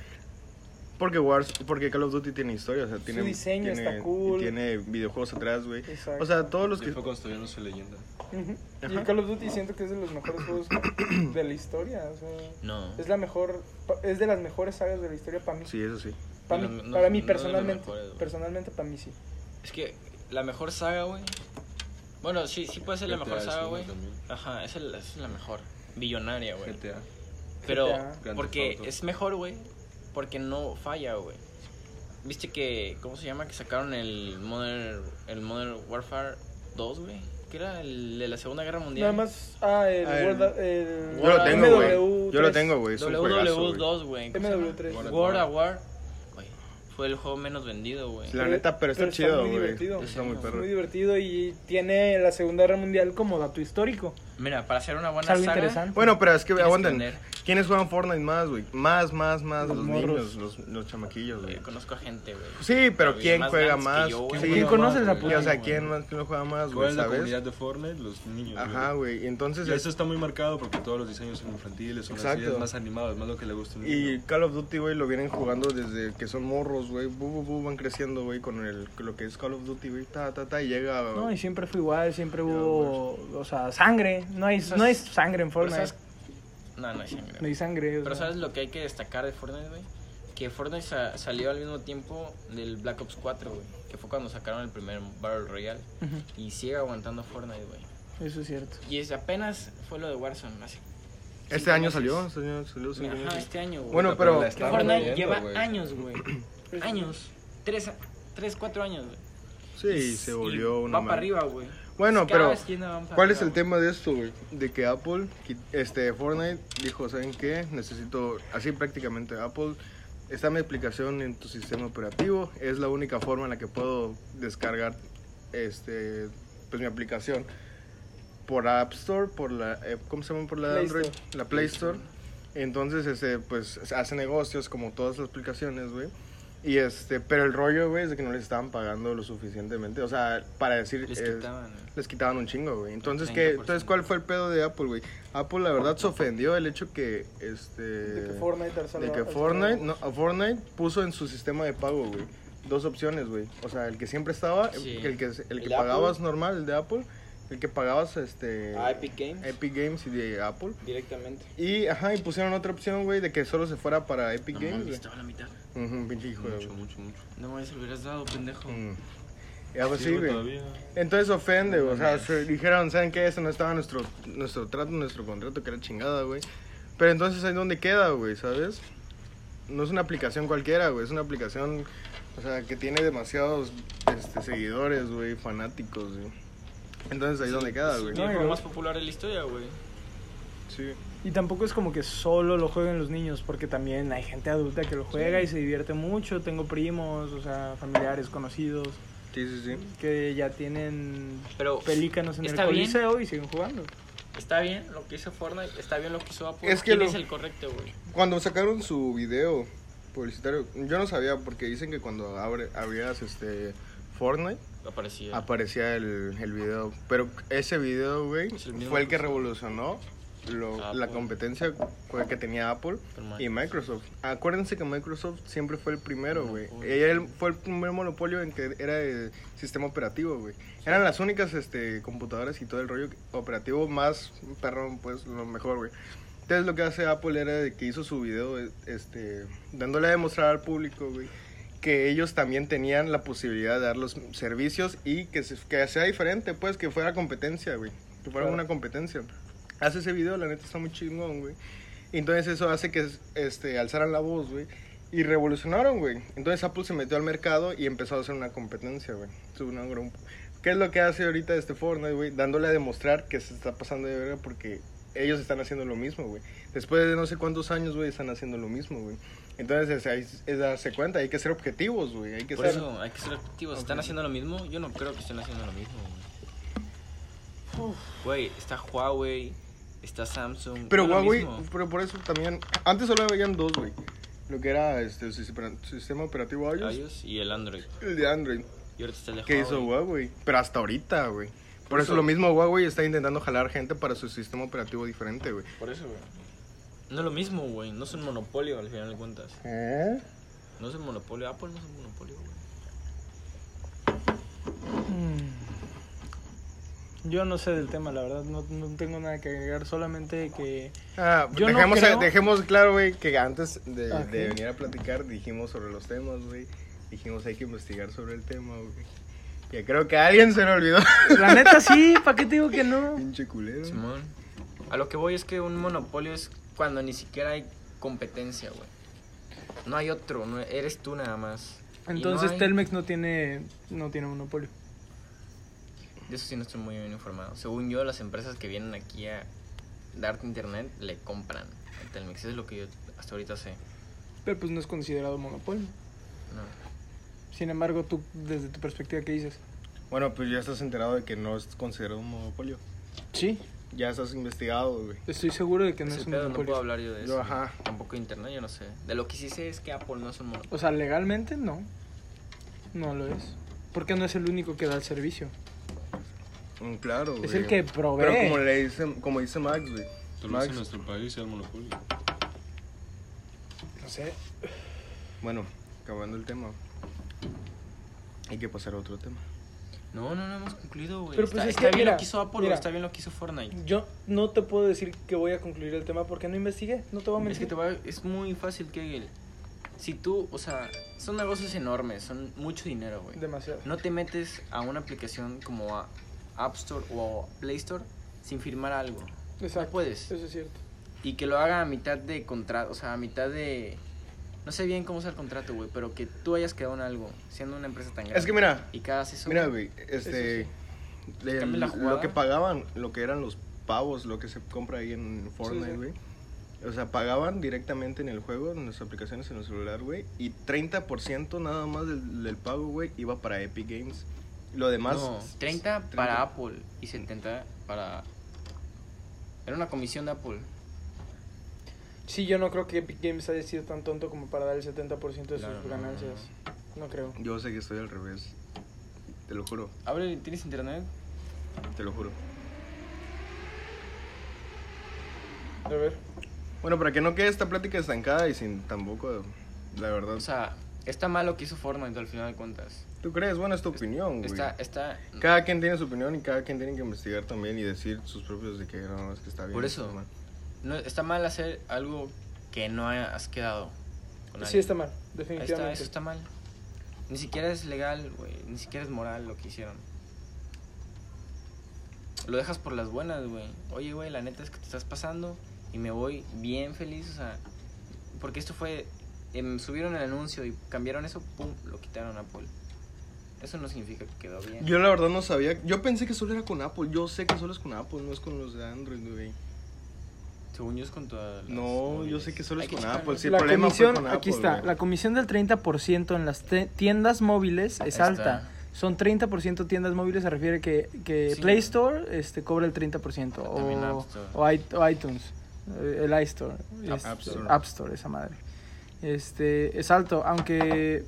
Porque Call of Duty tiene historia, o sea, tiene... diseño tiene- está cool. Tiene videojuegos atrás, güey. Exacto. O sea, todos los Y que... fue construyendo su leyenda. Ujú. Y Ajá. Call of Duty siento que es de los mejores juegos de la historia, o sea, No. es es de las mejores sagas de la historia para mí. Sí, eso sí. Para No, mí, no, para mí no de las personalmente, mejores, güey. personalmente para mí sí. Es que la mejor saga, güey. Bueno, sí puede ser la GTA mejor es saga, una güey. también. Ajá, esa es la mejor. Billonaria, güey. GTA. Pero GTA. Grand porque Theft Auto. es mejor, güey. Porque no falla, güey. ¿Viste que, cómo se llama? Que sacaron el Modern Warfare 2, güey. Que era el de la Segunda Guerra Mundial. Nada más, el- el Yo lo tengo, güey. MW3. Yo lo tengo, güey. Es un juegazo, güey. WW2, güey. ¿Cómo se llama? MW3. World at War. Güey. Fue el juego menos vendido, güey. La neta, pero está chido, muy güey. divertido. Está muy Es perro. muy divertido y tiene la Segunda Guerra Mundial como dato histórico. Mira, para hacer una Es buena algo saga, interesante. Bueno, pero es que Tienes que aguanten. vender. ¿Quiénes juegan Fortnite más, güey? Más. Los morros. niños, los chamaquillos, güey. conozco a gente, güey. Sí, pero Todavía ¿quién más juega grandes que más? yo, güey. Sí, ¿Quién juega conoces más, a güey? Putin? O sea, ¿quién lo juega más, ¿Cuál güey? es la ¿Sabes? comunidad de Fortnite? Los niños. Ajá, güey. Entonces, Y eso está muy marcado porque todos los diseños son infantiles, son así, Exacto. es más animado, es más lo que le gusta a un y niño. Call of Duty, güey, lo vienen jugando desde que son morros, güey. Van creciendo, güey, con lo que es Call of Duty, güey. Y llega. No, y siempre fue igual, siempre hubo, o sea, sangre. No hay sangre en Pero Fortnite. ¿sabes? No hay sangre. No hay sangre. o Pero sea. ¿sabes lo que hay que destacar de Fortnite, güey? Que Fortnite salió al mismo tiempo del Black Ops 4, güey. Que fue cuando sacaron el primer Battle Royale. Ujú, Y sigue aguantando Fortnite, güey. eso es cierto. Y apenas fue lo de Warzone, hace Este 5 año meses. salió. Cinco Ajá, meses. este año, güey. Bueno, pero- la Que están Fortnite vendiendo, lleva güey. años, güey. Años. 3-4 años, güey. Sí, se volvió y una va para madre. arriba, güey. Bueno, Cada pero vez tiendas van para ¿cuál es arriba, el tema de esto, güey? De que Apple, Fortnite dijo, ¿saben qué? Necesito, así prácticamente Apple, está mi aplicación en tu sistema operativo, es la única forma en la que puedo descargar, pues mi aplicación por App Store, por la, ¿cómo se llama? Por la Play Android, Store. la Play Store. Entonces, pues hace negocios como todas las aplicaciones, güey. Y pero el rollo, güey, es de que no les estaban pagando lo suficientemente, o sea, para decir, Les quitaban, güey. les quitaban un chingo, güey. Entonces, 30%. ¿cuál fue el pedo de Apple, güey? Apple, la verdad, se ofendió el hecho que, De que Fortnite de que Fortnite puso en su sistema de pago, güey, dos opciones, güey. O sea, el que siempre estaba, Sí. el que ¿El pagabas Apple? normal, el de Apple, el que pagabas, Epic Games. Epic Games y de Apple. Directamente. Y pusieron otra opción, güey, de que solo se fuera para Epic No Games, mames, güey. estaba a la mitad. Pinche hijo de, Mucho, güey. mucho. No me hubieras dado, pendejo. Ya, pues sí, güey. todavía. Entonces ofende, güey. O sea, mames. dijeron, ¿saben qué? Eso no estaba en nuestro trato, nuestro contrato, que era chingada, güey. Pero entonces ahí donde queda, güey, ¿sabes? No es una aplicación cualquiera, güey. Es una aplicación, o sea, que tiene demasiados seguidores, güey, fanáticos, güey. Entonces ahí donde queda, güey. Sí, No, el y juego luego- más popular de la historia, güey. Sí. Y tampoco es como que solo lo jueguen los niños, porque también hay gente adulta que lo juega y se divierte mucho. Tengo primos, o sea, familiares, conocidos, Sí. que ya tienen Pero pelícanos en el está bien. coliseo y siguen jugando. está bien lo que hizo Fortnite, está bien lo que hizo Apple. Es que ¿Quién lo- es el correcto, güey? Cuando sacaron su video publicitario, yo no sabía porque dicen que cuando abrías Fortnite aparecía el video. Pero ese video, güey, Es el mismo fue el que que usó revolucionó la Apple. competencia que tenía Apple y Microsoft. Acuérdense que Microsoft siempre fue el primero, güey. Monopolio. Fue el primer monopolio en que era el sistema operativo, güey. Eran las únicas computadoras y todo el rollo operativo más perrón, pues lo mejor, güey. Entonces lo que hace Apple era de que hizo su video, dándole a demostrar al público, güey, que ellos también tenían la posibilidad de dar los servicios y que sea diferente, pues, que fuera competencia, güey. Que fuera Claro. una competencia. Hace ese video, la neta está muy chingón, güey. Y entonces eso hace que alzaran la voz, güey. Y revolucionaron, güey. Entonces Apple se metió al mercado y empezó a hacer una competencia, güey. ¿Qué es lo que hace ahorita Fortnite, güey? Dándole a demostrar que se está pasando de verga porque ellos están haciendo lo mismo, güey. Después de no sé cuántos años, güey, están haciendo lo mismo, güey. Entonces es darse cuenta, hay que ser objetivos, güey. Hay que Por ser... eso hay que ser objetivos. ¿Están haciendo lo mismo? Yo no creo que estén haciendo lo mismo, güey. Güey, está Huawei, está Samsung. Pero no es lo Huawei, mismo. pero por eso también... Antes solo habían dos, güey. Lo que era el sistema operativo iOS, iOS y el Android. el de Android. Y ahorita está el de ¿Qué hizo Huawei. Huawei? Pero hasta ahorita, güey. Por eso lo mismo Huawei está intentando jalar gente para su sistema operativo diferente, güey. Por eso, güey. No es lo mismo, güey. No es un monopolio al final de cuentas. ¿Eh? No es un monopolio. Apple no es un monopolio, güey. Yo no sé del tema, la verdad, no tengo nada que agregar, solamente que... Yo no Dejemos, creo- dejemos claro, güey, que antes de Ok. venir a platicar dijimos sobre los temas, güey. Dijimos hay que investigar sobre el tema, güey. Ya creo que a alguien se le olvidó. La neta sí, ¿para qué te digo que no? Pinche culero. Simón. A lo que voy es que un monopolio es cuando ni siquiera hay competencia, güey. No hay otro, no eres tú nada más. Y Entonces no hay- Telmex no tiene monopolio. De eso sí no estoy muy bien informado. Según yo, las empresas que vienen aquí a darte internet le compran a Telmex. Eso es lo que yo hasta ahorita sé. Pero pues no es considerado monopolio. No. Sin embargo, tú, desde tu perspectiva, ¿qué dices? Bueno, pues ya estás enterado de que no es considerado un monopolio. Sí, ya estás investigado, güey. Estoy seguro de que no Ese es un pedo no monopolio. puedo hablar yo de eso. Ajá. Tampoco de internet, yo no sé. De lo que sí sé es que Apple no es un monopolio. O sea, legalmente no. No lo es. Porque no es el único que da el servicio. Claro, güey. Es el que provee. Pero como dice Max, güey. Tal vez Max, en nuestro país sea el monopolio. No sé. bueno, acabando el tema. Hay que pasar a otro tema. No hemos concluido, güey. Pero pues está es está que, bien mira, lo que hizo Apple mira. o está bien lo que hizo Fortnite. Yo no te puedo decir que voy a concluir el tema porque no investigué. No te voy a Es que mentir. es muy fácil que si tú, o sea, son negocios enormes, son mucho dinero, güey. Demasiado. No te metes a una aplicación como a App Store o Play Store sin firmar algo. Exacto. No puedes. Eso es cierto. Y que lo haga a mitad de contrato, o sea, a mitad de... No sé bien cómo sea el contrato, güey, pero que tú hayas quedado en algo, siendo una empresa tan grande. Es que mira, Y que hagas eso. mira, güey, Cambia la jugada. lo que pagaban, lo que eran los pavos, lo que se compra ahí en Fortnite, Sí. güey. O sea, pagaban directamente en el juego, en las aplicaciones en el celular, güey. Y 30% nada más del pago, güey, iba para Epic Games. Lo demás... No, 30 para Apple y 70 para... Era una comisión de Apple. Sí, yo no creo que Epic Games haya sido tan tonto como para dar el 70% de Claro, sus no, ganancias. No creo. Yo sé que estoy al revés. Te lo juro, ¿Tienes internet? te lo juro. A ver. Bueno, para que no quede esta plática estancada y sin tampoco, la verdad. O sea, está mal lo que hizo Fortnite al final de cuentas. ¿Tú crees? Bueno, es tu opinión, güey. Está... Cada quien tiene su opinión y cada quien tiene que investigar también y decir sus propios de que no, es que está bien. Por eso. está mal. No, está mal hacer algo que no has quedado con Sí, alguien. está mal, Ahí está, definitivamente. eso está mal. Ni siquiera es legal, güey. Ni siquiera es moral lo que hicieron. Lo dejas por las buenas, güey. Oye, güey, la neta es que te estás pasando y me voy bien feliz, o sea, porque esto fue... subieron el anuncio y cambiaron eso, pum, lo quitaron a Apple. Eso no significa que quedó bien. Yo la verdad no sabía. Yo pensé que solo era con Apple. Yo sé que solo es con Apple, no es con los de Android, güey. Según yo es con todas las No, móviles. yo sé que solo es Hay que con checarlo. Apple. Sí, el La problema comisión, fue con Apple, aquí está, güey. la comisión del 30% en las tiendas móviles es Ahí alta. está. Son 30% tiendas móviles, se refiere que Sí. Play Store cobra el 30% También App Store. o iTunes, el iStore, App Store. App Store, esa madre. Es alto, aunque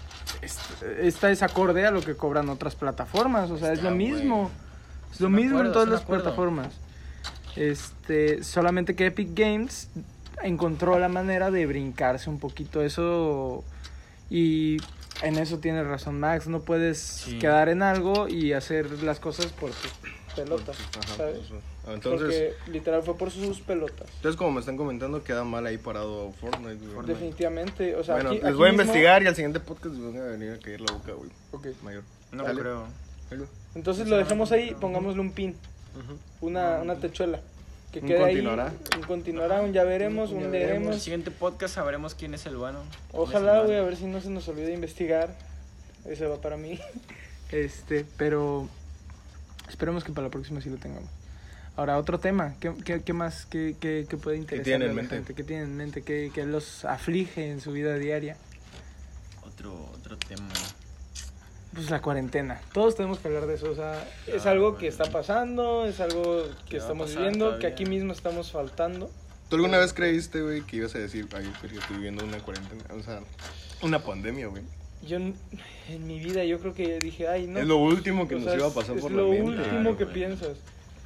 esta es acorde a lo que cobran otras plataformas, o sea, es Está, lo mismo. güey. Es lo Estoy de mismo en acuerdo, todas estoy de las acuerdo. plataformas. Solamente que Epic Games encontró la manera de brincarse un poquito eso, y en eso tiene razón Max, no puedes Sí. quedar en algo y hacer las cosas por tus pelotas, Ajá, ¿sabes? pues, entonces, Porque literal fue por sus pelotas. entonces, como me están comentando, queda mal ahí parado Fortnite, güey. Definitivamente, o sea, Bueno, aquí les voy a mismo- investigar y al siguiente podcast les voy a venir a caer la boca, güey. Ok. Mayor. No Dale. creo. Dale. Entonces lo dejamos ahí, pongámosle un pin, Ujú. una techuela. Que Un quede continuará. ahí, un continuará, un ya veremos, un En el leeremos. siguiente podcast sabremos quién es el bueno. Ojalá, güey, a ver si no se nos olvida investigar. Eso va para mí. Pero esperemos que para la próxima sí lo tengamos. Ahora, otro tema. ¿Qué más? ¿Qué puede interesar tienen a en la mente? gente? ¿Qué tienen en mente? ¿Qué los aflige en su vida diaria? Otro tema. Pues la cuarentena. Todos tenemos que hablar de eso. O sea, es Ah, algo bueno. que está pasando, es algo ¿Qué que va a estamos pasar viviendo, todavía? que aquí mismo estamos faltando. ¿Tú alguna vez creíste, güey, que ibas a decir, ay, pero estoy viviendo una cuarentena? O sea, una pandemia, güey. Yo en mi vida yo creo que dije, ay, no. Es lo último que O nos sea, iba a pasar es por lo la mente. último Claro, que güey. piensas.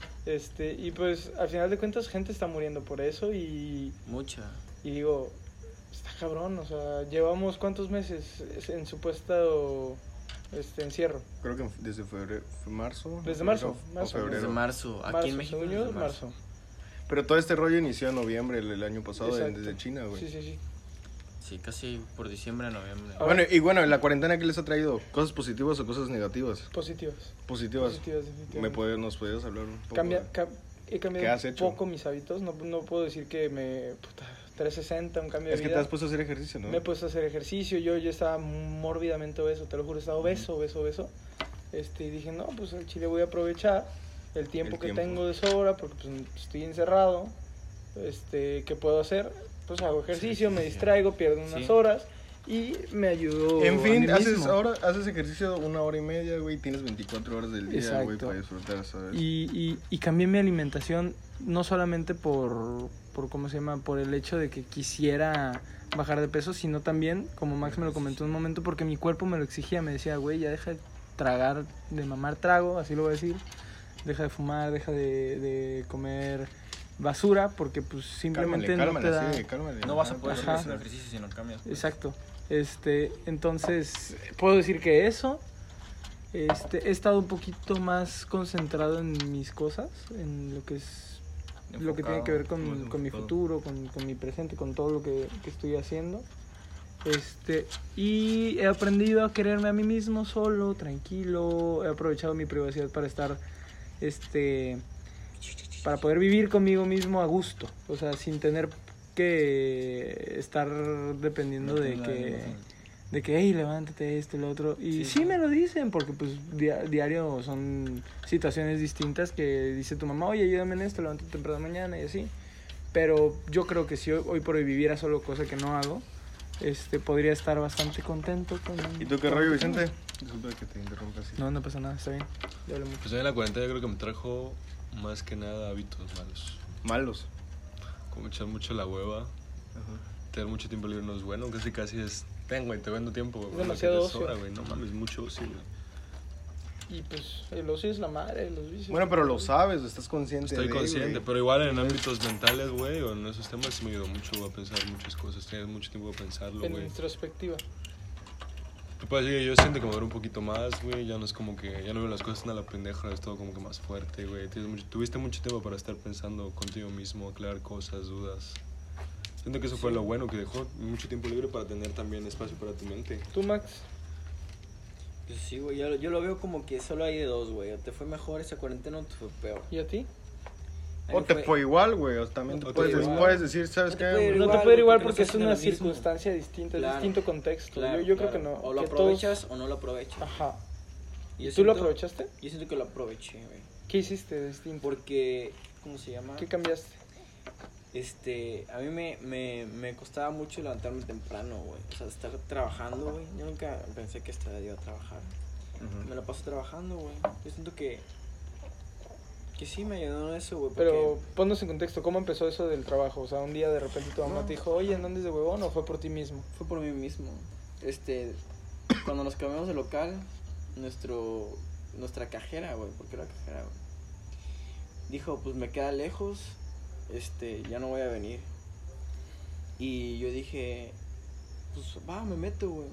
Y pues al final de cuentas gente está muriendo por eso y Mucha. digo, está cabrón, o sea, llevamos cuántos meses en supuesto encierro. Creo que desde febrero, ¿fue marzo? Desde marzo, O marzo. febrero. Desde marzo. Aquí Marzo, en México según yo, desde marzo. Pero todo este rollo inició en noviembre el año pasado, Exacto. desde China, güey. Sí. Sí, casi por diciembre, noviembre. Ahora- Bueno, ¿la cuarentena qué les ha traído? ¿Cosas positivas o cosas negativas? Positivas. Positivas. Definitivamente. ¿Nos podrías hablar un poco? He ¿Qué cambiado has un hecho? poco mis hábitos, no puedo decir que 360, un cambio Es de que vida. te has puesto a hacer ejercicio, ¿no? Me he puesto a hacer ejercicio, yo estaba mórbidamente obeso, te lo juro, estaba obeso. Y dije, no, pues al chile voy a aprovechar el tiempo El que tiempo. tengo de sobra, porque pues estoy encerrado. ¿Qué puedo hacer? Pues hago ejercicio, me distraigo, pierdo unas Sí. horas y me ayudó En a fin, mí haces mismo. ejercicio 1 hora y media, güey, tienes 24 horas del día, güey, Exacto. para disfrutar, ¿sabes? Y cambié mi alimentación no solamente por ¿cómo se llama? Por el hecho de que quisiera bajar de peso, sino también, como Max me lo comentó en un momento, porque mi cuerpo me lo exigía, me decía, güey, ya deja de tragar, de mamar trago, así lo voy a decir, deja de fumar, deja de comer basura, porque pues simplemente no te da... sí, cálmale. No vas a poder Ajá. hacer ese ejercicio si no cambias. pues. Exacto. Entonces, puedo decir que eso. He estado un poquito más concentrado en mis cosas, en lo que es lo que tiene que ver con mi enfocado. futuro, con mi presente, con todo lo que estoy haciendo. Y he aprendido a quererme a mí mismo solo, tranquilo. He aprovechado mi privacidad para estar para poder vivir conmigo mismo a gusto, o sea, sin tener que estar dependiendo de que, hey, levántate esto y lo otro. Y sí me lo dicen, porque pues diario son situaciones distintas que dice tu mamá, oye, ayúdame en esto, levántate temprano mañana y así. Pero yo creo que si hoy por hoy viviera solo, cosa que no hago, podría estar bastante contento con... ¿Y tú qué rollo, Vicente? Disculpa que te interrumpa así. No pasa nada, está bien. Ya hablé mucho. Pues a mí en la cuarentena yo creo que me trajo más que nada hábitos malos. Malos. Como echar mucho la hueva, tener mucho tiempo libre no es bueno, casi es, güey, te vendo tiempo, güey, Demasiado lo que te ocio. sobra, güey, no mames, mucho ocio, güey. Y pues el ocio es la madre de los vicios. Bueno, pero lo sabes, estás consciente Estoy de, consciente, güey. pero igual en ámbitos mentales, güey, o en esos temas sí me ayudó mucho a pensar muchas cosas, tener mucho tiempo para pensarlo, En güey. introspectiva. Te puedo decir que yo siento que me duró un poquito más, güey, ya no es como que, ya no veo las cosas tan a la pendeja, es todo como que más fuerte, güey. Tuviste mucho tiempo para estar pensando contigo mismo, aclarar cosas, dudas. Siento que eso fue lo bueno, que dejó mucho tiempo libre para tener también espacio para tu mente. ¿Tú, Max? Pues sí, güey, yo lo veo como que solo hay de dos, güey. O te fue mejor esa cuarentena o te fue peor. ¿Y a ti? A mí O te fue igual, güey, o también No te te fue igual. puedes decir, ¿sabes No te qué? puede ir güey? No te igual, puede ir igual porque no porque es estás haciendo una lo mismo. circunstancia distinta, Claro. es distinto contexto. Claro, yo creo claro. que no. O lo que aprovechas o no lo aprovechas. todos... Ajá. Y yo ¿Tú lo siento- aprovechaste? Yo siento que lo aproveché, güey. ¿Qué hiciste de distinto? Porque, ¿cómo se llama? ¿Qué cambiaste? A mí me costaba mucho levantarme temprano, güey. O sea, estar trabajando, güey. Yo nunca pensé que esta iba a trabajar. Me la paso trabajando, güey. Yo siento que sí me ayudó en eso, güey. porque- Pero ponnos en contexto, ¿cómo empezó eso del trabajo? O sea, un día de repente tu mamá te dijo, oye, ¿no andes de huevón o fue por ti mismo? Fue por mí mismo. Cuando nos cambiamos de local, nuestra cajera, güey, porque era cajera, güey, dijo, pues me queda lejos, ya no voy a venir. Y yo dije, pues va, me meto, güey.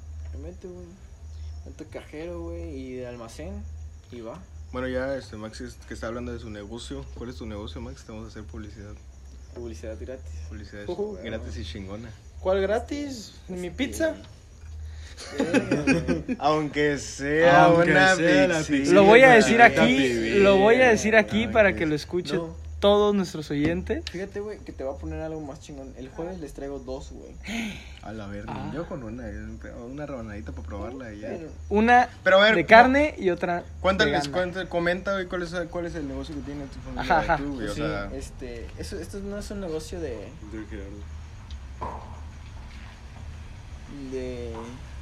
Meto cajero, güey, y de almacén, y va. Bueno, ya Max que está hablando de su negocio. ¿Cuál es tu negocio, Max? Te vamos a hacer publicidad. Publicidad gratis. Publicidad Ujú. gratis y chingona. ¿Cuál gratis? ¿Mi pizza? Aunque sea Aunque una sea la pizza. Lo voy a decir Está aquí, bien. lo voy a decir aquí Ay, para qué- que lo escuchen No. todos nuestros oyentes. Fíjate, güey, que te voy a poner algo más chingón. El jueves les traigo 2, güey. A la verga. Ah. Yo con una rebanadita para probarla y ya. Bueno, Una Pero a ver, de carne y otra Cuéntales, vegana. comenta, güey, cuál es el negocio que tiene tu familia. Ajá, ajá. Tú, güey, o sí, sea, esto no es un negocio de